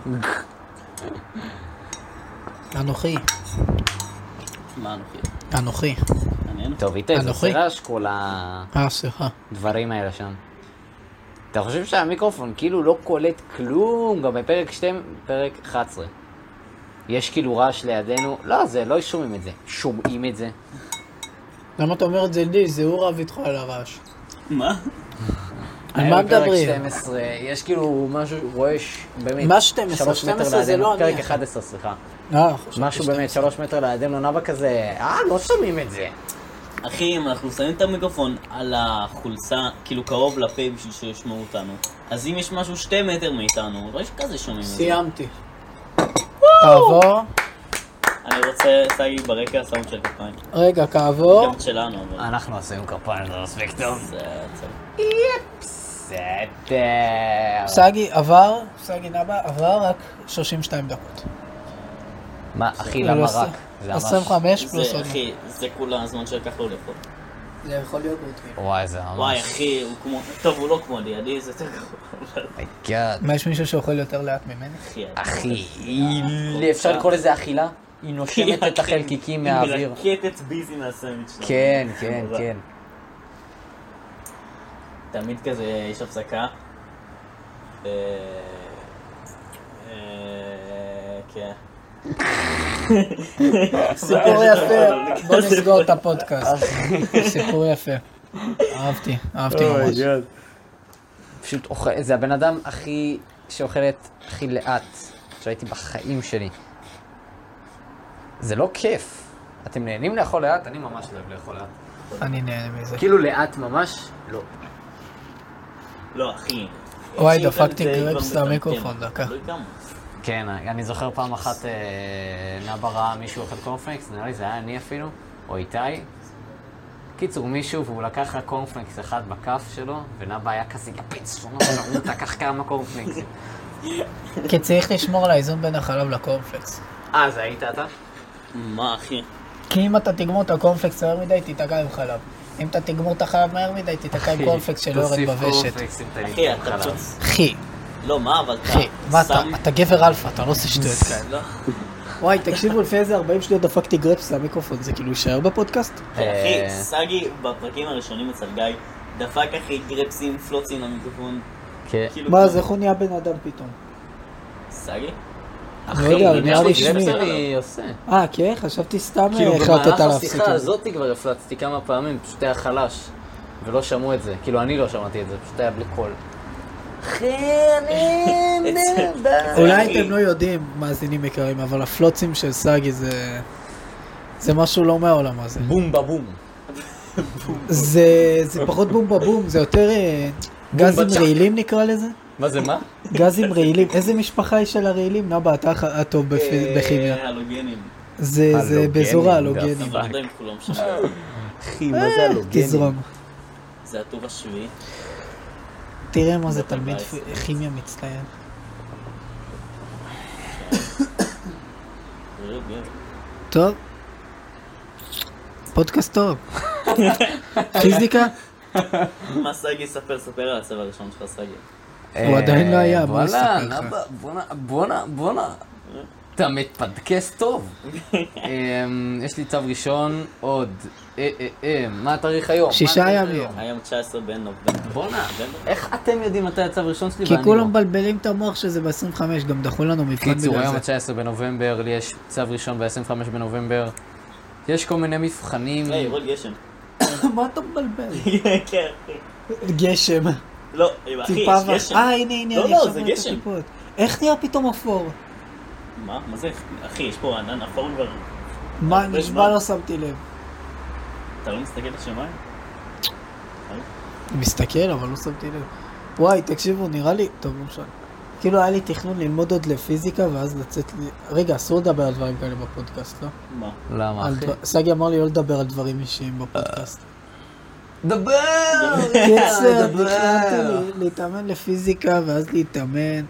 אנוכי. מה אנוכי? אנוכי. מעניין. טוב, איתי, זה אנוכי? עושה רעש כל הדברים אה, סליחה. האלה שם. אתה חושב שהמיקרופון כאילו לא קולט כלום, גם בפרק שתיים, פרק אחת עשרה. יש כאילו רעש לידינו, לא, זה לא שומעים את זה, שומעים את זה. למה אתה אומר את זה לי? זה הוא רב איתך על הרעש. מה? על מה היה בפרק מדברים? שתים עשרה, יש כאילו משהו, רואה ש- באמת, מה שתים עשרה? שלוש מטר שתים עשרה זה לידינו, לא אני, פרק אחי. אחד עשרה, סליחה. אה, חשבתי משהו שאתה- באמת, שלוש מטר לידינו, נאווה כזה, אה, לא שומעים את זה. אחי, אם אנחנו שמים את המיקרופון על החולצה, כאילו קרוב לפה בשביל שישמעו אותנו, אז אם יש משהו שתי מטר מאיתנו, לא יש כזה שומעים את זה. סיימתי. כעבור, אני רוצה, סגי, ברקע סאונד של כפיים. רגע, כעבור, גם שלנו, אבל... אנחנו עשינו כפיים, זה מספיק טוב. זה עצוב. בסדר. סגי עבר, סגי נבא עבר רק שלושים ושתיים דקות. מה, אחי, לא, למה עש- רק? זה ממש... עשרים וחמש פלוס זה, עוד. אחי, זה כולה הזמן שלקח לו לאכול. זה יכול להיות רוטמי. וואי, זה ממש... וואי, אחי, הוא כמו... טוב, הוא לא כמו לידי, זה יותר גרוע. אבל... גאד. מה, יש מישהו שאוכל יותר לאט ממני? אחי, אחי, היא- אפשר לקרוא לזה אכילה? היא נושמת את החלקיקים מהאוויר. היא מלקטת ביזי מהסנדוויץ' שלה. כן, כן, כן. תמיד כזה יש הפסקה. אה, אה, כן. סיפור יפה, בוא נסגור את הפודקאסט. סיפור יפה. אהבתי, אהבתי ממש. פשוט אוכל, זה הבן אדם הכי, שאוכלת הכי לאט שהייתי בחיים שלי. זה לא כיף. אתם נהנים לאכול לאט? אני ממש לא אוהב לאכול לאט. אני נהנה מזה. כאילו לאט ממש? לא. לא, אחי. וואי, אנשים דפקתי כאלה, זה גרפס כבר למיקרופון, מטמטם. דקה. לא כמה. כן, אני זוכר פעם אחת אה, נאבה ראה מישהו אוכל קורנפלקס, נראה לי זה היה אני אפילו, או איתי. קיצור, מישהו, והוא לקח רק קורנפלקס אחד בכף שלו, ונאבה היה כזה יפץ, הוא לקח כמה קורנפלקסים. כי צריך לשמור על האיזון בין החלב לקורנפלקס. אה, זה היית אתה? מה, אחי? כי אם אתה תגמור את הקורנפלקס מהר מדי, תיתקע עם חלב. אם אתה תגמור את החלב מהר מדי, תיתקע עם קורנפלקס שלא יורד בוושת. אחי, אתה פשוט... אחי, לא, מה, אבל אתה... אחי, מה אתה? שם- אתה גבר אלפא, אתה לא עושה שטויות כאלה. לא. וואי, תקשיבו, לפי איזה ארבעים שניות דפקתי גרפס למיקרופון, זה כאילו יישאר בפודקאסט? אחי, אה. סגי בפרקים הראשונים אצל גיא, דפק אחי גרפסים, פלוצים למיקרופון. כן. כאילו מה, כמו- אז איך הוא נהיה בן אדם פתאום? סגי? לא יודע, הוא אם נראה יש לי רשמי. גרפס אני עושה. אה, כן? חשבתי סתם כאילו החלטת במהלך להפסיק השיחה את זה. הזאת כבר הפלצתי כמה פעמים, פשוט היה חלש. ולא שמעו את זה, כאילו אני לא שמעתי את זה, פשוט היה בלי קול. אחי, אני נהדר. אולי אתם לא יודעים, מאזינים יקרים, אבל הפלוצים של סגי זה... זה משהו לא מהעולם הזה. בום בבום. זה זה פחות בום בבום, זה יותר אה, גזים בצ'ק. רעילים נקרא לזה? מה זה מה? גזים רעילים. איזה משפחה היא של הרעילים? נבא, אתה ח- הטוב בפ- אה, בכימיה. הלוגנים. זה זה הלוגנים, באזור דה ההלוגנים. אבל לא יודע אם כולם משנה. אחי, מה זה הלוגנים? תזרום. זה הטור השביעי. תראה מה זה בטח תלמיד בעשר. פ- כימיה מצטיין. זה לא גר. טוב. פודקאסט טוב. פיזיקה? מה סגי ספר, ספר על הצבע הראשון שלך סגי. הוא עדיין לא היה, בוא וואלה, נספר לך. נאבא, בואנה, בואנה, בואנה. אתה מתפדקס טוב. אמ, יש לי צו ראשון עוד. אה, אה, אה, מה התאריך היום? שישה מה התאריך ימים. היום? היום תשע עשרה בין נובמבר. בואנה, נובמבר? איך אתם יודעים מתי הצו הראשון שלי כי ואני כולם לא? מבלבלים את המוח שזה ב-עשרים וחמש, גם דחו לנו מבחן קיצור, היום בגלל זה. ה-תשעה עשר בנובמבר, לי יש צו ראשון ב-עשרים וחמישה בנובמבר. יש כל מיני מבחנים. היי, רול גשם. מה אתה מבלבל? כן, אחי. גשם. לא, אחי, טיפה יש ו... גשם. אה, הנה, הנה, לא, אני לא, עכשיו זה רואה את גשם. הטיפות. איך נראה פתאום אפור? מה? מה זה? אחי, יש פה ענן אפור כבר. מה, הרבה נשבע זמן. לא שמתי לב. אתה לא מסתכל לשמיים? אני מסתכל, אבל לא שמתי לב. וואי, תקשיבו, נראה לי... טוב, לא משנה. כאילו היה לי תכנון ללמוד עוד לפיזיקה, ואז לצאת לי... רגע, אסור לדבר על דברים כאלה בפודקאסט, לא? מה? למה, אחי? סגי אמר לי לא לדבר על דברים אישיים בפודקאסט. דבר! קיצר, תכננתי להתאמן לפיזיקה, ואז להתאמן,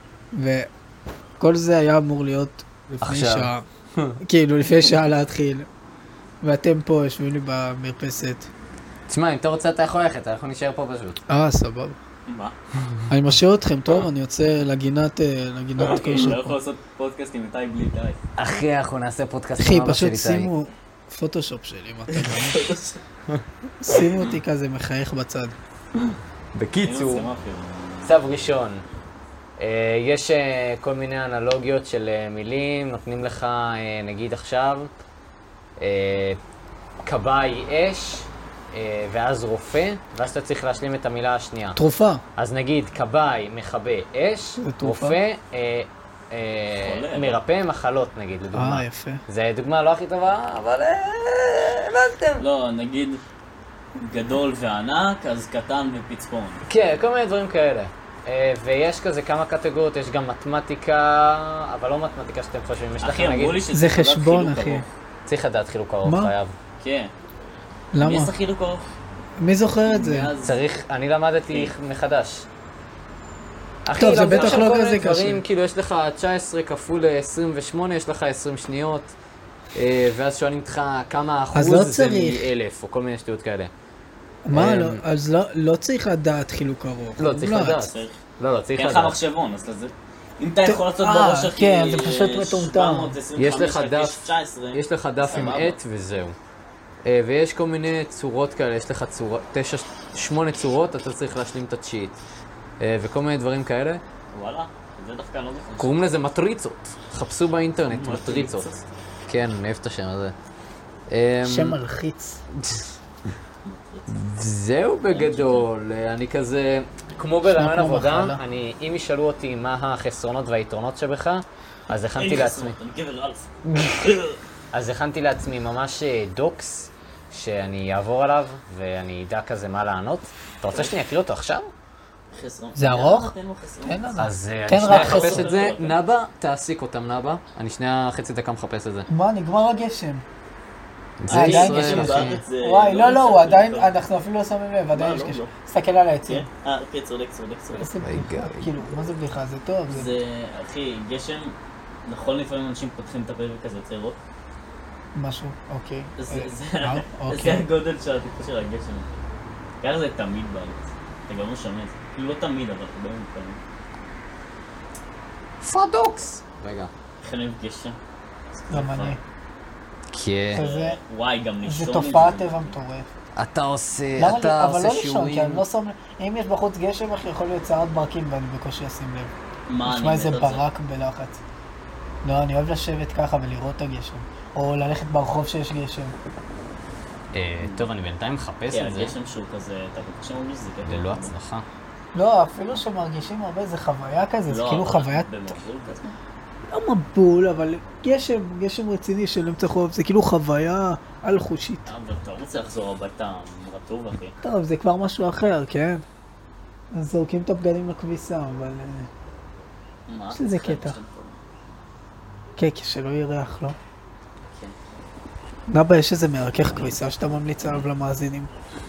וכל זה היה אמור להיות לפני שעה. כאילו, לפני שעה להתחיל. ואתם פה יושבים לי במרפסת. תשמע, אם אתה רוצה אתה יכול ללכת, אנחנו נשאר פה פשוט. אה, סבבה. מה? אני משאיר אתכם, טוב? אני יוצא לגינת... לגינת אוקיי, כושר. לא יכול לעשות פודקאסט עם איתי בלי איתי. אחי, אנחנו נעשה פודקאסט אחי, עם אבא פשוט של איתי. שימו פוטושופ שלי, מה אתה אומר? שימו אותי כזה מחייך בצד. בקיצור, צו ראשון. אה, יש אה, כל מיני אנלוגיות של אה, מילים, נותנים לך, אה, נגיד עכשיו, אה, כבאי אש, אה, ואז רופא, ואז אתה צריך להשלים את המילה השנייה. תרופה. אז נגיד, כבאי מכבה אש, זה תרופה. רופא אה, אה, חולה. מרפא מחלות, נגיד, לדוגמה. אה, יפה. זה דוגמה לא הכי טובה, אבל אה, הבנתם. לא, נגיד גדול וענק, אז קטן ופצפון. כן, כל מיני דברים כאלה. אה, ויש כזה כמה קטגוריות, יש גם מתמטיקה, אבל לא מתמטיקה שאתם חושבים. יש אחי, לכם, אמרו נגיד, לי שזה זה חילוק חשבון, ארוך. אחי. צריך לדעת חילוק ארוך, מה? חייב. כן. למה? מי עשה חילוק ארוך? מי זוכר את זה? מאז- צריך, אני למדתי מחדש. אחי, טוב, זה למדתי בטח שם לא כל מיני כזה קשה. דברים, כאילו יש לך תשע עשרה כפול עשרים ושמונה, יש לך עשרים שניות, אה, ואז שואלים אותך כמה אחוז לא זה צריך. מאלף, או כל מיני שטויות כאלה. מה, אמ, לא, אז לא- לא צריך לדעת חילוק ארוך. לא, צריך מומלץ. לדעת. צריך. לא, לא, צריך אין לך לדעת. מחשבון, אז לזה... אם אתה יכול לעשות אה, בראש אחי... כן, זה פשוט מטומטם. שבע מאות עשרים וחמש יש לך חלקי דף, תשע עשרה. יש לך דף עם סבבה. עט וזהו. אה, ויש כל מיני צורות כאלה, יש לך צורה, תשע, שמונה צורות, אתה צריך להשלים את התשיעית. אה, וכל מיני דברים כאלה. וואלה, זה דווקא לא זוכר. קוראים לזה מטריצות. חפשו באינטרנט, מטריצות. מטריצות. כן, אני אוהב את השם הזה. אמ, שם מלחיץ. זהו בגדול, אני כזה, כמו ברעיון כמו עבודה, מחלה. אני, אם ישאלו אותי מה החסרונות והיתרונות שבך, אז הכנתי אין לעצמי, חסרות, אני גבר אלף. אז הכנתי לעצמי ממש אה, דוקס, שאני אעבור עליו, ואני אדע כזה מה לענות. אתה רוצה שאני אקריא אותו עכשיו? חסרון. זה ארוך? תן לו חסרון. תן לנו. אז אה, תן אני שנייה רק אחפש חסרון. את זה. נבא, תעסיק אותם נבא. אני שנייה חצי דקה מחפש את זה. מה, נגמר הגשם. זה עדיין ישראל, יש אחי. בארץ זה וואי, לא, לא, הוא משנה עדיין, טוב. אנחנו אפילו לא שמים לב, עדיין מה, יש לא, גשם. לא. תסתכל על העצים. כן? אה, כן, צודק, צודק, צודק. איזה היי, בדיחה, גיא. כאילו, מה זה בדיחה? זה טוב, זה... זה, אחי, גשם, נכון לפעמים אנשים פותחים את הפה וכזה יוצא רוק. משהו, אוקיי. זה- אה, זה- אה, זה אוקיי. הגודל של הטיפה של הגשם. ככה זה תמיד בארץ. אתה גם לא שומע את זה. כאילו לא תמיד, אבל הרבה פעמים. פרדוקס! רגע. איך אני אוהב גשם? גם אני. כן. זה- וואי, גם לישון. זה עם תופעת טבע מטורף. אתה עושה, למה לי? אתה אבל עושה לא לישון, כי שיעורים. אני לא שם לב. אם יש בחוץ גשם, אחי, יכול להיות סערת ברקים ואני בקושי אשים לב. מה, אני נשמע איזה מת על זה. ברק בלחץ. לא, אני אוהב לשבת ככה ולראות את הגשם. או ללכת ברחוב שיש גשם. אה, טוב, אני בינתיים מחפש כן, את זה, הגשם שהוא כזה, אתה בקושי מרגיש שזה כזה. ללא הצלחה. לא, אפילו שמרגישים הרבה, זה חוויה כזה, זה לא, כאילו אבל חוויה... במבול כזה. לא מבול, אבל גשם, גשם רציני של אמצע חורף, זה כאילו חוויה על חושית. אבל אתה רוצה לחזור הביתה רטוב, אחי. טוב, זה כבר משהו אחר, כן? אז זורקים את הבגדים לכביסה, אבל... אה, מה? יש לזה חייב קטע. שם פה. כן, שלא יהיה ריח, לא? כן. נבא, יש איזה מרכך כביסה שאתה ממליץ עליו למאזינים?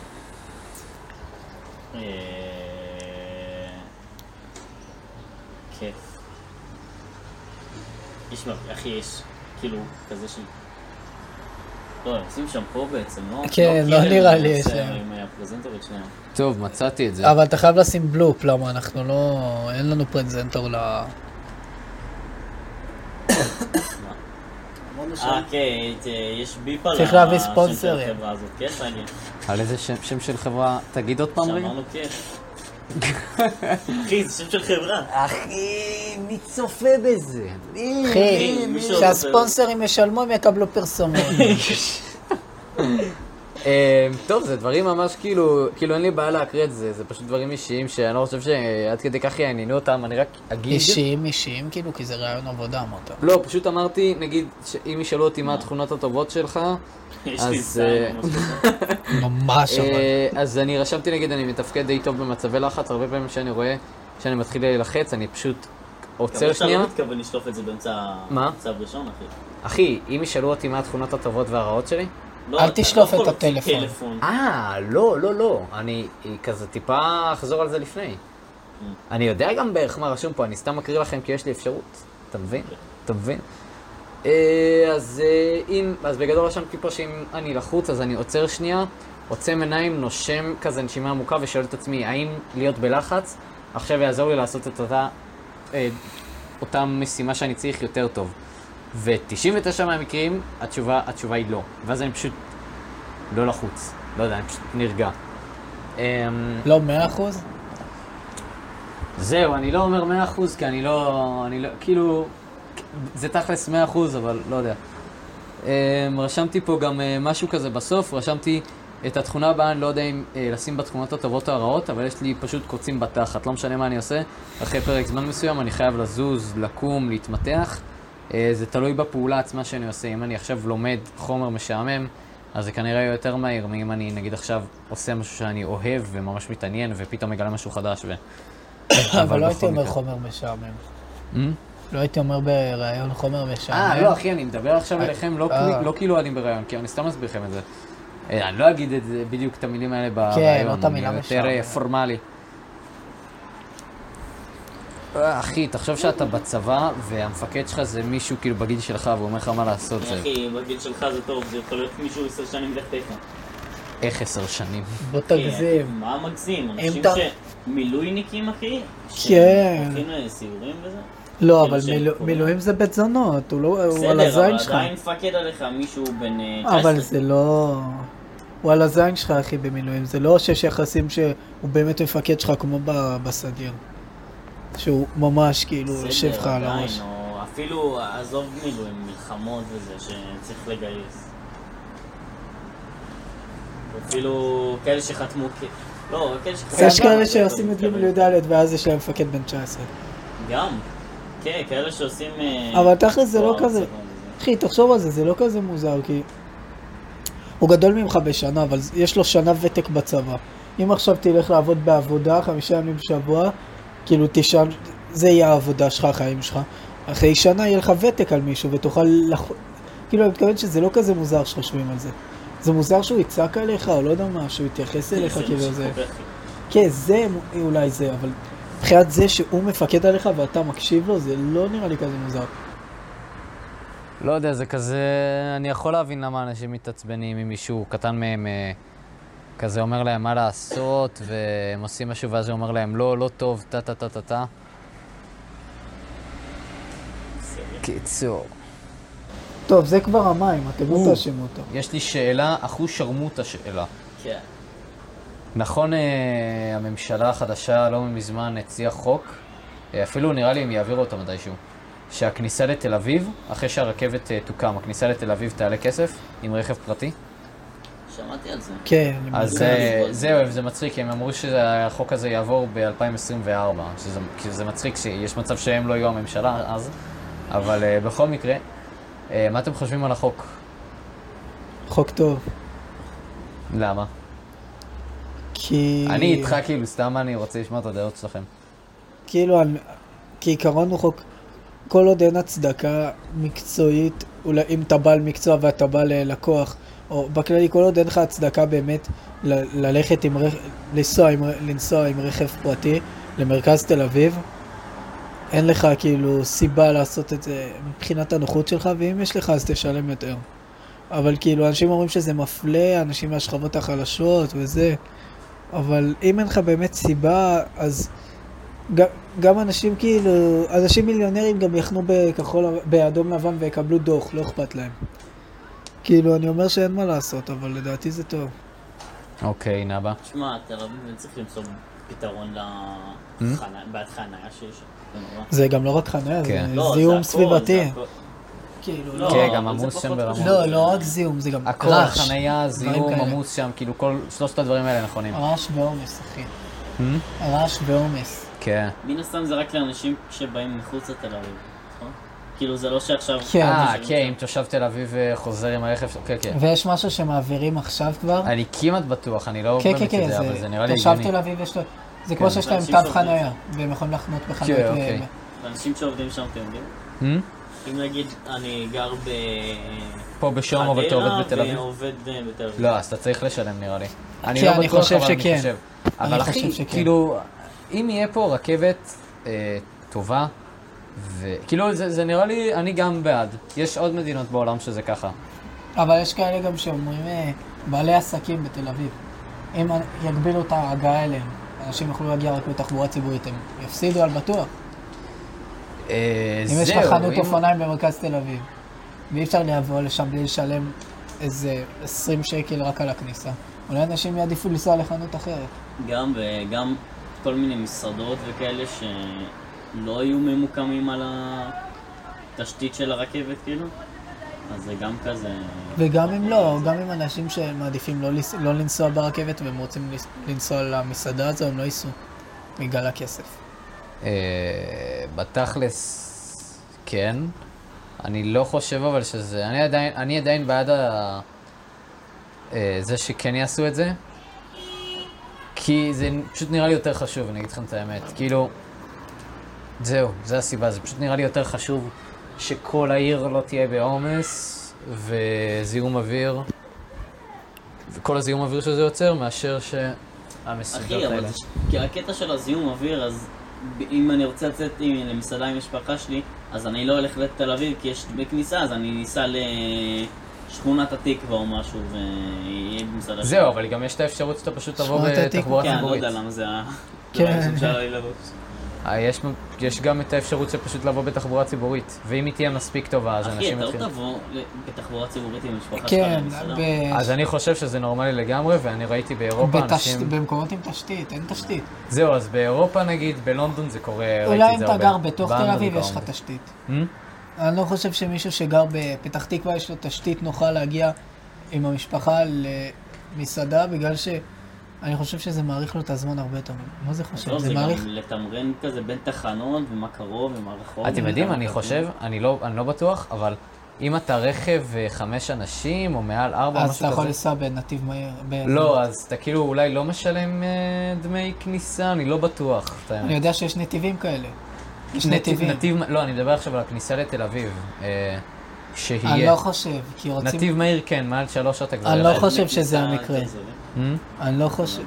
אה, כיף. יש, מה- אחי, יש, כאילו, כזה של... לא, הם עושים שם פה בעצם, לא? כן, לא קרן, נראה לי עם יש זה- להם. עם הפרזנטורית שלהם. טוב, מצאתי את זה. אבל אתה חייב לשים בלופ, למה אנחנו לא... אין לנו פרזנטור ל... אה, כן, אה, יש ביפ על צריך להביא השם של ספונסרים. החברה הזאת, כן, סגי? על איזה שם- שם של חברה, תגיד עוד פעם רגע. שאמרנו כן. אחי, זה שם של חברה. אחי, מי צופה בזה? אחי, מי שעוד שהספונסרים ישלמו הם יקבלו פרסומות. טוב, זה דברים ממש כאילו, כאילו אין לי בעיה להקריא את זה, זה פשוט דברים אישיים שאני לא חושב שעד כדי כך יעניינו אותם, אני רק אגיד... אישיים, אישיים, כאילו, כי זה רעיון עבודה, אמרת. לא, פשוט אמרתי, נגיד, אם ישאלו אותי מה התכונות הטובות שלך, יש לי אז... זין ממש כזה. ממש אבל. אז אני רשמתי, נגיד, אני מתפקד די טוב במצבי לחץ, הרבה פעמים שאני רואה שאני מתחיל להילחץ, אני פשוט עוצר שנייה. אבל אתה לא מתכוון לשלוף את זה באמצע מצב ראשון, אחי. אחי, אם ישאלו אותי מה התכונות הטובות והרעות שלי, אל תשלוף את הטלפון. אה, לא, לא, לא. אני כזה טיפה אחזור על זה לפני. אני יודע גם בערך מה רשום פה, אני סתם מקריא לכם כי יש לי אפשרות. אתה מבין? אתה מבין? אז אם, אז בגדול רשמתי פה שאם אני לחוץ, אז אני עוצר שנייה, עוצם עיניים, נושם כזה נשימה עמוקה ושואל את עצמי, האם להיות בלחץ עכשיו יעזור לי לעשות את אותה, אותה משימה שאני צריך יותר טוב. ו-תשעים ותשע מהמקרים, התשובה, התשובה היא לא. ואז אני פשוט לא לחוץ. לא יודע, אני פשוט נרגע. לא מאה אחוז? זהו, אני לא אומר מאה אחוז, כי אני לא, אני לא, כאילו, זה תכלס מאה אחוז, אבל לא יודע. רשמתי פה גם משהו כזה בסוף, רשמתי את התכונה הבאה, אני לא יודע אם לשים בתכונות הטובות או הרעות, אבל יש לי פשוט קוצים בתחת, לא משנה מה אני עושה. אחרי פרק זמן מסוים אני חייב לזוז, לקום, להתמתח. זה תלוי בפעולה עצמה שאני עושה. אם אני עכשיו לומד חומר משעמם, אז זה כנראה יותר מהיר מאם אני נגיד עכשיו עושה משהו שאני אוהב וממש מתעניין ופתאום מגלה משהו חדש. ו... אבל לא הייתי אומר חומר משעמם. לא הייתי אומר ברעיון חומר משעמם. אה, לא אחי, אני מדבר עכשיו אליכם, לא כאילו אני ברעיון, כי אני סתם אסביר לכם את זה. אני לא אגיד את זה בדיוק את המילים האלה ברעיון, אני יותר פורמלי. אחי, תחשוב שאתה בצבא והמפקד שלך זה מישהו כאילו בגיל שלך והוא אומר לך מה לעשות. אחי, בגיל שלך זה טוב, זה יכול להיות מישהו עשר שנים מתחתיך. איך עשר שנים? בוא תגזים. מה מגזים? אנשים שמילואיניקים, אחי? כן. שהולכים לסיורים וזה? לא, אבל מילואים זה בית זונות, הוא על הזין שלך. בסדר, אבל עדיין מפקד עליך מישהו בן תשע עשרה. אבל זה לא... הוא על הזין שלך, אחי, במילואים. זה לא שיש יחסים שהוא באמת מפקד שלך כמו בסדיר. שהוא ממש כאילו יושב לך על הראש. בסדר, עדיין, או אפילו עזוב מילואים, מלחמות וזה שצריך לגייס. אפילו כאלה שחתמו... לא, כאלה שחתמו... יש כאלה שעושים את גימל י"ד ואז יש להם מפקד בן תשע עשרה. גם. כן, כאלה שעושים... אבל תכל'ס זה לא כזה... אחי, תחשוב על זה, זה לא כזה מוזר, כי... הוא גדול ממך בשנה, אבל יש לו שנה ותק בצבא. אם עכשיו תלך לעבוד בעבודה, חמישה ימים בשבוע, כאילו תשעה, זה יהיה העבודה שלך, החיים שלך. אחרי שנה יהיה לך ותק על מישהו ותוכל לח... כאילו אני מתכוון שזה לא כזה מוזר שחושבים על זה. זה מוזר שהוא יצעק עליך, או לא יודע מה, שהוא יתייחס אליך, כאילו זה... כן, זה אולי זה, אבל מבחינת זה שהוא מפקד עליך ואתה מקשיב לו, זה לא נראה לי כזה מוזר. לא יודע, זה כזה... אני יכול להבין למה אנשים מתעצבנים עם מישהו קטן מהם כזה אומר להם מה לעשות, והם עושים משהו ואז הוא אומר להם לא, לא טוב, טה טה טה טה טה. קיצור. טוב, זה כבר המים, אתם לא תאשימו אותו. יש לי שאלה, אחו שרמוט השאלה. כן. נכון, הממשלה החדשה לא מזמן הציעה חוק, אפילו נראה לי אם יעבירו אותו מתישהו, שהכניסה לתל אביב, אחרי שהרכבת תוקם, הכניסה לתל אביב תעלה כסף עם רכב פרטי. שמעתי על זה. כן. אז זהו, זה מצחיק, הם אמרו שהחוק הזה יעבור ב-אלפיים עשרים וארבע, שזה מצחיק שיש מצב שהם לא יהיו הממשלה אז, אבל בכל מקרה, מה אתם חושבים על החוק? חוק טוב. למה? כי... אני איתך כאילו, סתם אני רוצה לשמוע את הדעות שלכם. כאילו, כעיקרון הוא חוק, כל עוד אין הצדקה מקצועית, אולי אם אתה בעל מקצוע ואתה בא ללקוח, או בכללי כל עוד אין לך הצדקה באמת ל- ללכת עם רכב, לנסוע עם, לנסוע עם רכב פרטי למרכז תל אביב, אין לך כאילו סיבה לעשות את זה מבחינת הנוחות שלך, ואם יש לך אז תשלם יותר. אבל כאילו אנשים אומרים שזה מפלה, אנשים מהשכבות החלשות וזה, אבל אם אין לך באמת סיבה, אז גם, גם אנשים כאילו, אנשים מיליונרים גם יחנו בכחול, באדום לבן ויקבלו דוח, לא אכפת להם. כאילו, אני אומר שאין מה לעשות, אבל לדעתי זה טוב. אוקיי, נאבא. תשמע, תל אביב צריך למצוא פתרון בעד חניה שיש. זה גם לא רק חניה, זה זיהום סביבתי. כאילו, לא, כן, אבל גם זה עמוס פחות שם ברמות. חשוב. לא, לא רק זיהום, זה גם הכל, רעש. חנייה, דברים זיהום, כאלה. עמוס שם, כאילו כל שלושת הדברים האלה נכונים. רעש ועומס, אחי. Hmm? רעש ועומס. כן. מן הסתם זה רק לאנשים שבאים מחוץ לתל אביב, נכון? כאילו זה לא שעכשיו... כן. אה, זה כן, אם תושב תל אביב אה, חוזר עם הרכב, כן, כן. ויש משהו שמעבירים עכשיו כבר. אני כמעט בטוח, אני לא כן, באמת כן, יודע, כן, אבל זה נראה לי תושב הגיוני. תל אביב יש לו... זה כמו שיש להם אנשים תו שעובדים. חניה, והם יכולים לחנות בחנויות. כן, ו- אוקיי. לאנשים שעובדים שם, אתם יודעים? Hmm? אם נגיד, אני גר ב... פה בשום, אבל אתה עובד בתל אביב? ועובד אה, בתל אביב. לא, אז אתה צריך לשלם נראה לי. אני כן, לא אני בטוח, חושב אבל אני שכן. חושב. אני אבל חושב אחי, שכן. כאילו, אם יהיה פה רכבת אה, טובה, וכאילו זה, זה נראה לי, אני גם בעד. יש עוד מדינות בעולם שזה ככה. אבל יש כאלה גם שאומרים אה, בעלי עסקים בתל אביב. אם יגבילו את ההגעה אליהם, אנשים יוכלו להגיע רק בתחבורה ציבורית, הם יפסידו על בטוח. אה, אם יש זהו, לך חנות אם- אופניים במרכז תל אביב, ואי אפשר לבוא לשם בלי לשלם איזה עשרים שקל רק על הכניסה, אולי אנשים יעדיפו לנסוע לחנות אחרת. גם וגם כל מיני מסעדות וכאלה שלא היו ממוקמים על התשתית של הרכבת כאילו, אז זה גם כזה... וגם אם לא, גם אם אנשים שמעדיפים לא, לס- לא לנסוע ברכבת והם רוצים לס- לנסוע למסעדה הזו, הם לא ייסעו בגלל הכסף. אה, בתכלס, כן. אני לא חושב אבל שזה... אני עדיין, אני עדיין בעד ה... אה, זה שכן יעשו את זה. כי זה פשוט נראה לי יותר חשוב, אני אגיד לכם את האמת. כאילו, זהו, זה הסיבה. זה פשוט נראה לי יותר חשוב שכל העיר לא תהיה בעומס וזיהום אוויר, וכל הזיהום אוויר שזה יוצר, מאשר שהמסעדות אחי, אבל האלה. זה ש- כי הקטע של הזיהום אוויר, אז ב- אם אני רוצה לצאת עם- למסעדה עם משפחה שלי, אז אני לא אלך לתל אביב כי יש דמי כניסה, אז אני ניסע לשכונת התקווה או משהו ויהיה במסעדה זהו, אבל גם יש את האפשרות שאתה פשוט תבוא שכונת התקווה. בתחבורה כן, אני לא ציבורית. יודע למה זה ה... כן. זה הראשון שהיה לי לבוא. אה, יש, יש גם את האפשרות של פשוט לבוא בתחבורה ציבורית, ואם היא תהיה מספיק טובה, אז אחי, אנשים אתה לא יתחילו. תבוא ל- בתחבורה ציבורית עם המשפחה שלך כן, למסעדה? ב- אז אני חושב שזה נורמלי לגמרי, ואני ראיתי באירופה בתשת- אנשים... במקומות עם תשתית, אין תשתית. זהו, אז באירופה נגיד, בלונדון זה קורה, ראיתי אולי את אם זה אתה הרבה. גר בתוך תל באנדון אביב זה יש לך קורה. תשתית. Hmm? אני לא חושב שמישהו שגר בפתח תקווה יש לו תשתית נוחה להגיע עם המשפחה למסעדה, בגלל שאני חושב שזה מעריך לו את הזמן הרבה יותר. מה זה חושב? לא, זה זה מעריך... גם לתמרן כזה בין תחנות ומה קרוב ומה רחוק. אתם יודעים, וכמה אני קרוב. חושב, אני לא, אני לא בטוח, אבל אם אתה רכב אה, חמש אנשים או מעל ארבע, אז משהו אתה יכול כזה... לנסוע בנתיב מהיר. ב- לא, אז אתה כאילו אולי לא משלם אה, דמי כניסה, אני לא בטוח. את האמת. אני יודע שיש נתיבים כאלה. יש נתיב, נתיבים. נתיב, לא, אני מדבר עכשיו על הכניסה לתל אביב. אה, שיהיה. אני לא חושב, כי רוצים... נתיב מהיר כן, מעל שלוש שעות כבר. אני לא יכול. חושב שזה כניסה המקרה. יותר זולים. Hmm? אני לא חושב.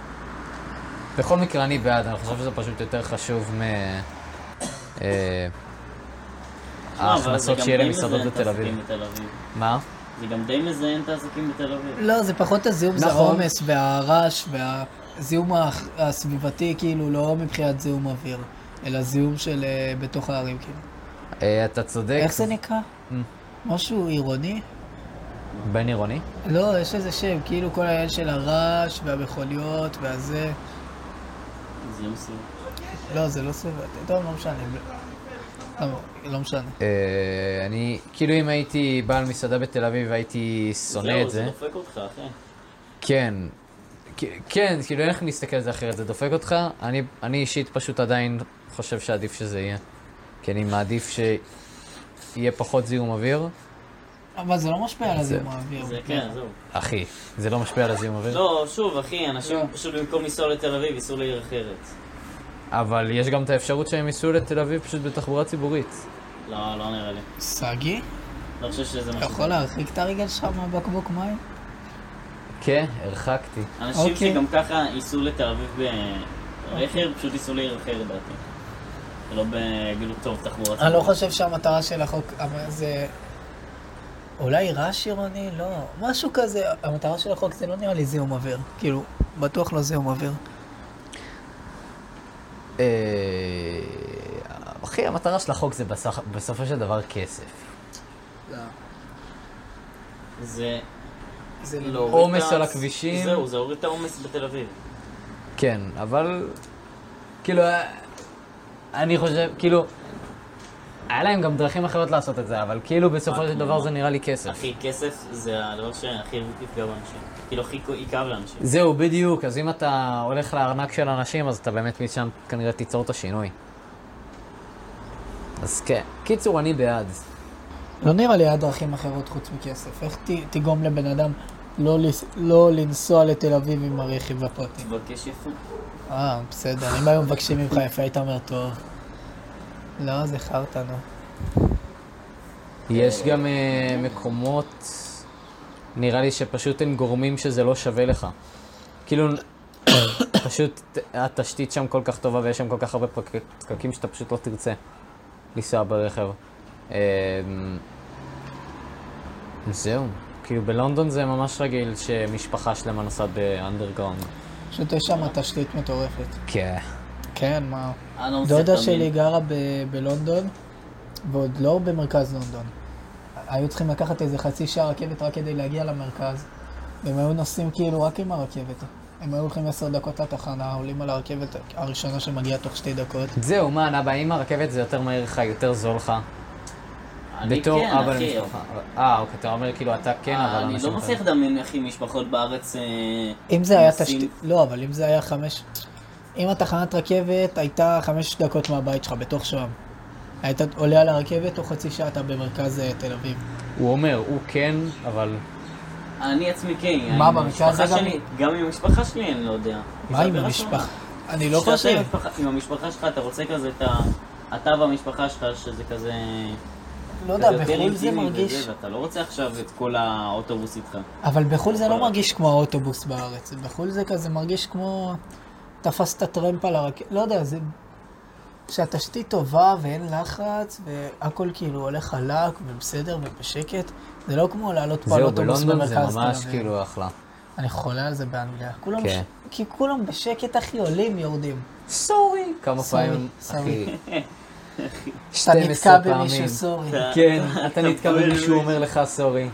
בכל מקרה אני בעד, אני חושב שזה פשוט יותר חשוב מ... אה, לא, אבל זה ההכנסות גם שיהיה די למסעדות מזיין את בתל העסקים אביב. בתל אביב. מה? זה גם די מזיין את העסקים בתל אביב. לא, זה פחות הזיהום, זה נכון. העומס והרעש והזיהום הח- הסביבתי, כאילו, לא מבחינת זיהום אוויר, אלא זיהום של אה, בתוך הערים, כאילו. אה, אתה צודק. איך זה נקרא? Mm. משהו עירוני? בין עירוני? לא, יש איזה שם, כאילו כל העניין של הרעש והמכוניות והזה. זיהום סביב. לא, זה לא סביבה. טוב, לא משנה. לא, לא משנה. אה, אני, כאילו אם הייתי בעל מסעדה בתל אביב הייתי שונא את זה. זהו, זה דופק אותך, אחי. כן. כ- כן, כאילו אין איך להסתכל על זה אחרת, זה דופק אותך. אני, אני אישית פשוט עדיין חושב שעדיף שזה יהיה. כי אני מעדיף שיהיה פחות זיהום אוויר. אבל זה לא משפיע על הזיהום האוויר. זה כן, זהו. אחי, זה לא משפיע על הזיהום אוויר. לא, שוב, אחי, אנשים לא. פשוט במקום לנסוע לתל אביב, ייסעו לעיר אחרת. אבל יש גם את האפשרות שהם ייסעו לתל אביב פשוט בתחבורה ציבורית. לא, לא נראה לי. סגי? לא חושב שזה אתה משהו. יכול להרחיק את הרגל שלך מהבקבוק מים? כן, הרחקתי. אנשים אוקיי. שגם ככה ייסעו לתל אביב ברכב, פשוט ייסעו לעיר אחרת, דעתי. ולא בגילו טוב תחבורה ציבורית. אני לא חושב שהמטרה של החוק אבל זה... אולי רעש עירוני? לא. משהו כזה. המטרה של החוק זה לא נראה לי זיהום אוויר. כאילו, בטוח לא זיהום אוויר. אה, אחי, המטרה של החוק זה בסך- בסופו של דבר כסף. לא. זה זה לא... לא. הוריד עומס את ה- על הכבישים. זהו, זה הוריד את העומס בתל אביב. כן, אבל... כאילו, אה, אני חושב, כאילו... היה להם גם דרכים אחרות לעשות את זה, אבל כאילו בסופו של דבר זה נראה לי כסף. אחי, כסף זה הדבר שהכי יפגע באנשים. כאילו, הכי יכאב לאנשים. זהו, בדיוק. אז אם אתה הולך לארנק של אנשים, אז אתה באמת משם כנראה תיצור את השינוי. אז כן. קיצור, אני בעד. לא נראה לי היה דרכים אחרות חוץ מכסף. איך ת, תגרום לבן אדם לא, לא לנסוע לתל אביב עם הרכיב הפרטי? תבקש יפה. אה, בסדר. אם היו מבקשים ממך יפה, היית אומר טוב. לא, זה חרטה, נו. יש גם uh, מקומות, נראה לי שפשוט הם גורמים שזה לא שווה לך. כאילו, פשוט התשתית שם כל כך טובה ויש שם כל כך הרבה פקקים שאתה פשוט לא תרצה לנסוע ברכב. Uh, זהו. כאילו בלונדון זה ממש רגיל שמשפחה שלמה נוסעת באנדרגראונד. פשוט יש שם תשתית מטורפת. כן. כן, מה? לא דודה שלי גרה ב- בלונדון, ועוד לא במרכז לונדון. היו צריכים לקחת איזה חצי שעה רכבת רק כדי להגיע למרכז, והם היו נוסעים כאילו רק עם הרכבת. הם היו הולכים עשר דקות לתחנה, עולים על הרכבת הראשונה שמגיעה תוך שתי דקות. זהו, מה, נבא, אם הרכבת זה יותר מהיר לך, יותר זול לך? אני בתור כן, אבא אחי. למשפחה. אה, אוקיי, אתה אומר כאילו אתה כן, אבל אני אנשים לא אחרים. מצליח לדמיין, אחי, משפחות בארץ... אם זה היה נוסעים- תשתית... לא, אבל אם זה היה חמש... אם התחנת רכבת הייתה חמש דקות מהבית שלך, בתוך שוהם. היית עולה על הרכבת, או חצי שעה אתה במרכז אה, תל אביב. הוא אומר, הוא כן, אבל... אני עצמי כן. מה, עם במקרה הזה המשפחה גם- שלי- גם עם המשפחה שלי, אני לא יודע. מה זה עם עבירה המשפחה? שונה. אני לא כשאתה חושב. עם המשפחה- עם המשפחה שלך, אתה רוצה כזה את ה... אתה והמשפחה שלך, שזה כזה... לא יודע, כזה יותר בחו"ל זה אינטימי מרגיש... וזה, ואתה לא רוצה עכשיו את כל האוטובוס איתך. אבל בחו"ל זה לא מרגיש כמו האוטובוס בארץ. בחו"ל זה כזה מרגיש כמו... תפסת טרמפ על הרכבת. לא יודע, זה... שהתשתית טובה ואין לחץ, והכל כאילו הולך חלק ובסדר ובשקט. זה לא כמו לעלות פה על זהו, אוטובוס בלונדון זה במרכז תל ממש אביב. כאילו אחלה. אני חולה על זה באנגליה. כולם כן. ש... כי כולם בשקט, אחי, עולים, יורדים. סורי! כמה סורי, פעמים, סורי. אחי. אתה שתים נתקע עשרה במישהו, פעמים. סורי. כן, אתה נתקע פועל במישהו במישהו. אומר לך סורי.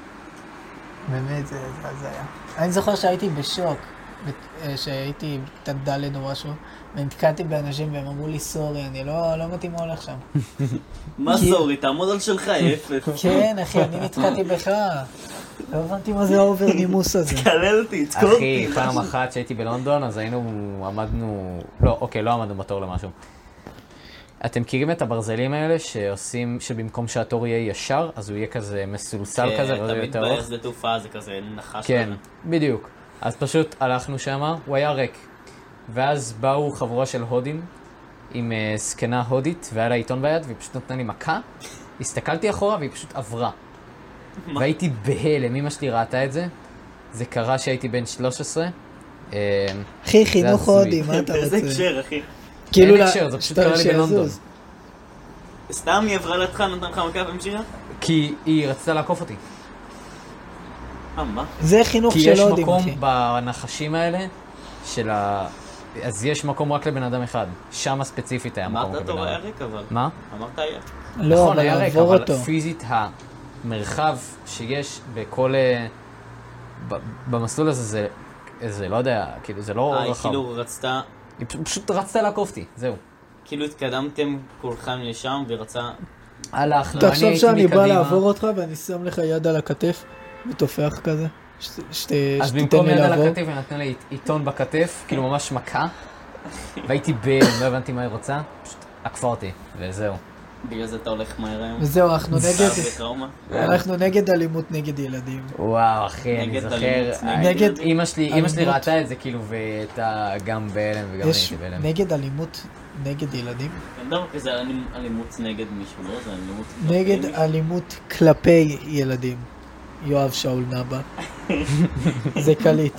באמת, זה זה היה. אני זוכר שהייתי בשוק, בת- אה, שהייתי קצת ד' או משהו, ונתקעתי באנשים והם אמרו לי סורי, אני לא לא מתאים מה הולך שם. מה כי- סורי, תעמוד על שלך, יפת. כן, אחי, אני נתקעתי בך. לא הבנתי מה זה האובר נימוס הזה. תקלל אותי, תזכור אחי, אותי. פעם אחת שהייתי בלונדון, אז היינו, עמדנו, לא, אוקיי, לא עמדנו בתור למשהו. אתם מכירים את הברזלים האלה שעושים, שבמקום שהתור יהיה ישר, אז הוא יהיה כזה מסולסל כזה, וזה תמיד יותר ארוך? בשדה תעופה זה כזה נחש. כן, כזה. בדיוק. אז פשוט הלכנו שמה, הוא היה ריק. ואז באו חבורה של הודים עם uh, סקנה הודית, והיה לה עיתון ביד, והיא פשוט נתנה לי מכה. הסתכלתי אחורה והיא פשוט עברה. מה? והייתי בהלם, אמא שלי ראתה את זה. זה קרה שהייתי בן שלוש עשרה. אה, אחי, חינוך הזוי. הודי, מה אתה באיזה רוצה? הקשר, אחי. כאילו, אין לה- הקשר, זה פשוט שאתה- קרה לי בלונדון. שיזוז. סתם היא עברה לידך, נתן לך מכה והמשיכה? כי היא רצתה לעקוף אותי. אה, מה? זה חינוך כי של יש הודים, מקום אחי. בנחשים האלה של ה... אז יש מקום רק לבן אדם אחד. שם ספציפית היה מקום אמרת לבן אותו היה אדם. ריק אבל. מה? אמרת היה. לא, נכון, אבל היה ריק, לעבור אבל אותו. פיזית המרחב שיש בכל... אה, ב- במסלול הזה זה... זה לא יודע, כאילו זה לא אה, היא רחב. כאילו רצתה, היא פשוט- פשוט רצתה לעקוף אותי, זהו. כאילו התקדמתם כולכם לשם ורצה... הלכנו, אני תחשוב הייתי שאני בא מקדימה. לעבור אותך ואני שם לך יד על הכתף ותופח כזה. ש- שת- אז שתיתן במקום לי יד על לעבור. הכתף, היא נתנה לי עיתון בכתף, כאילו ממש מכה. והייתי בהלם, לא הבנתי מה היא רוצה, פשוט עקפה אותי, וזהו. בגלל זה אתה הולך מהר היום. וזהו, אנחנו אתה נגד, בטראומה. אנחנו נגד אלימות נגד ילדים. וואו, אחי, אני נגד זוכר, אלימות, אה, נגד אמא שלי, אמא שלי אלימות. ראתה את זה כאילו, והייתה גם בהלם וגם יש הייתי בהלם. נגד אלימות נגד ילדים, אין דבר כזה אלימ- אלימות נגד מישהו, לא? זה אלימות כלפי נגד מישהו. אלימות כלפי ילדים. יואב שאול נבא. זה קליט.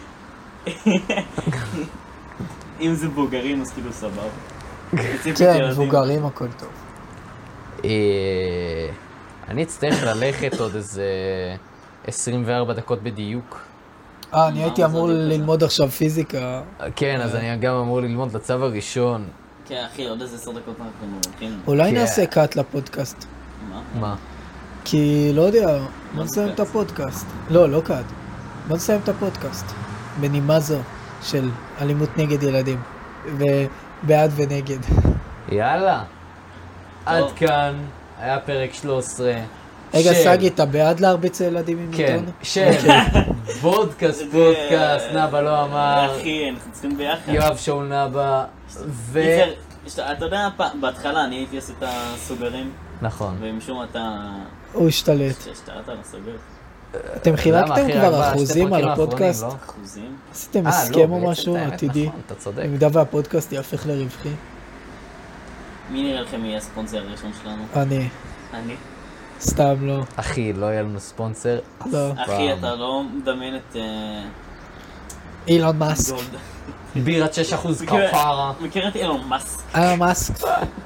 אם זה בוגרים אז כאילו סבבה. ספציפית כן, ילדים. מבוגרים הכל טוב. אה, אני אצטרך ללכת עוד איזה עשרים וארבע דקות בדיוק. אה, אני מה, הייתי זה אמור בדיוק כזה? ללמוד עכשיו פיזיקה. כן, אז אני גם אמור ללמוד לצו הראשון. כן, אחי, עוד איזה עשר דקות אנחנו הולכים. אולי כן. נעשה קאט לפודקאסט. מה? מה? כי לא יודע, בוא מה נסיים זה את הפודקאסט. לא, לא קאט. בוא נסיים את הפודקאסט. בנימה זו של אלימות נגד ילדים. ובעד ונגד. יאללה. עד כאן היה פרק שלוש עשרה. רגע, של- סגי, אתה בעד להרביץ לילדים עם כן, עיתון? של וודקאסט פודקאסט, נבא לא אמר, אחי, אנחנו צריכים ביחד. יואב שאול נבא, ו... קיצר, יש- אתה יודע, פ- בהתחלה אני הייתי עושה את הסוגרים, נכון. ומשום אתה... הוא השתלט. שהשתלטת על הסוגר. אתם למה, חילקתם אחי, כבר רק בשתי אחוזים פרקים על האחרונים, הפודקאסט? לא? אחוזים? עשיתם אה, לא, הסכם או בעצם, משהו את האמת, עתידי? נכון, אתה צודק. במידה והפודקאסט יהפך לרווחי? מי נראה לכם יהיה הספונסר הראשון שלנו? אני. אני. סתם לא. אחי, לא יהיה לנו ספונסר. לא. אחי, פעם. אתה לא מדמיין את... אה, אילון מאסק. גולד. בירת שש אחוז מכיר- כפרה. מכיר את אילון מאסק? אילון מאסק.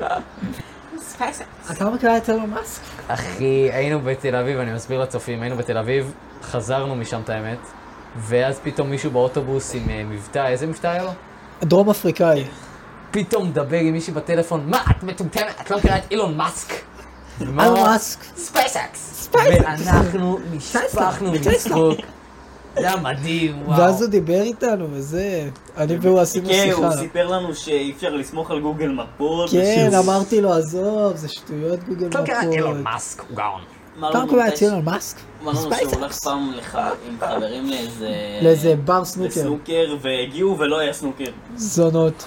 אתה לא מכיר את אילון מאסק? אחי, היינו בתל אביב, אני מסביר לצופים, היינו בתל אביב, חזרנו משם את האמת, ואז פתאום מישהו באוטובוס עם אה, מבטא, איזה מבטא היה לו? דרום אפריקאי. פתאום מדבר עם מישהי בטלפון, מה, את מטומטמת? את לא מכירה את אילון מאסק? ומה? אילון מאסק. ספייסקס! ספייסקס. ואנחנו נשפכנו מצחוק. זה היה מדהים, וואו. ואז הוא דיבר איתנו וזה, אני והוא עשינו כן, הוא שיחה. סיפר לנו שאי אפשר לסמוך על גוגל מפות. כן, ושהוא- אמרתי לו, עזוב, זה שטויות גוגל את לא מכירה את אילון מפות. מאסק, הוא גאון. אמר אתה לנו מכיר את מתי- אילון מאסק? אמר לנו שהוא הולך ספייסקס. פעם לח- עם חברים לאיזה... לאיזה בר סנוקר. לסנוקר, והגיעו ולא היה סנוקר. זונות.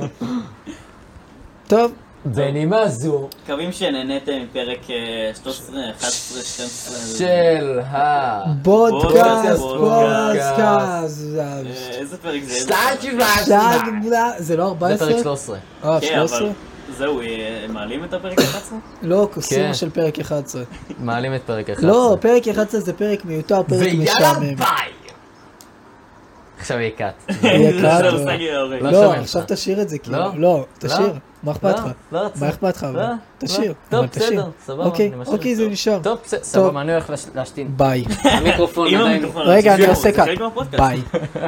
טוב, בנימה זו מקווים שנהניתם מפרק אה, שלוש עשרה, אחת עשרה, שתים עשרה. של ה... בודקאסט, בודקאסט. בודקאסט. אה, איזה פרק זה? סטארט שג- זה לא ארבע זה עשרה? פרק שלוש עשרה. אה, כן, שלוש עשרה? אבל זהו, אה, הם מעלים את הפרק אחת עשרה? לא, קוסומה כן. של פרק אחד עשרה. מעלים את פרק אחד עשרה. לא, פרק אחד עשרה זה פרק מיותר, פרק ויאללה משעמם. ביי! עכשיו יהיה קאט. יהיה זה קאט, של לא. סגי ההורג. לא לא, שומע עכשיו לך. תשאיר את זה, כאילו. לא? לא, תשאיר. מה אכפת לך? לא רצה. מה אכפת לך? אבל? לא, תשאיר. טוב, אבל תשאיר. בסדר, סבבה. אוקיי, אני משאיר. אוקיי, זה נשאר. טוב, בסדר, סבבה, אני הולך לש- להשתין. ביי. המיקרופון אם עדיין... המיקרופון רגע, אני זהו, עושה זה קאט. חלק מהפודקאסט. ביי.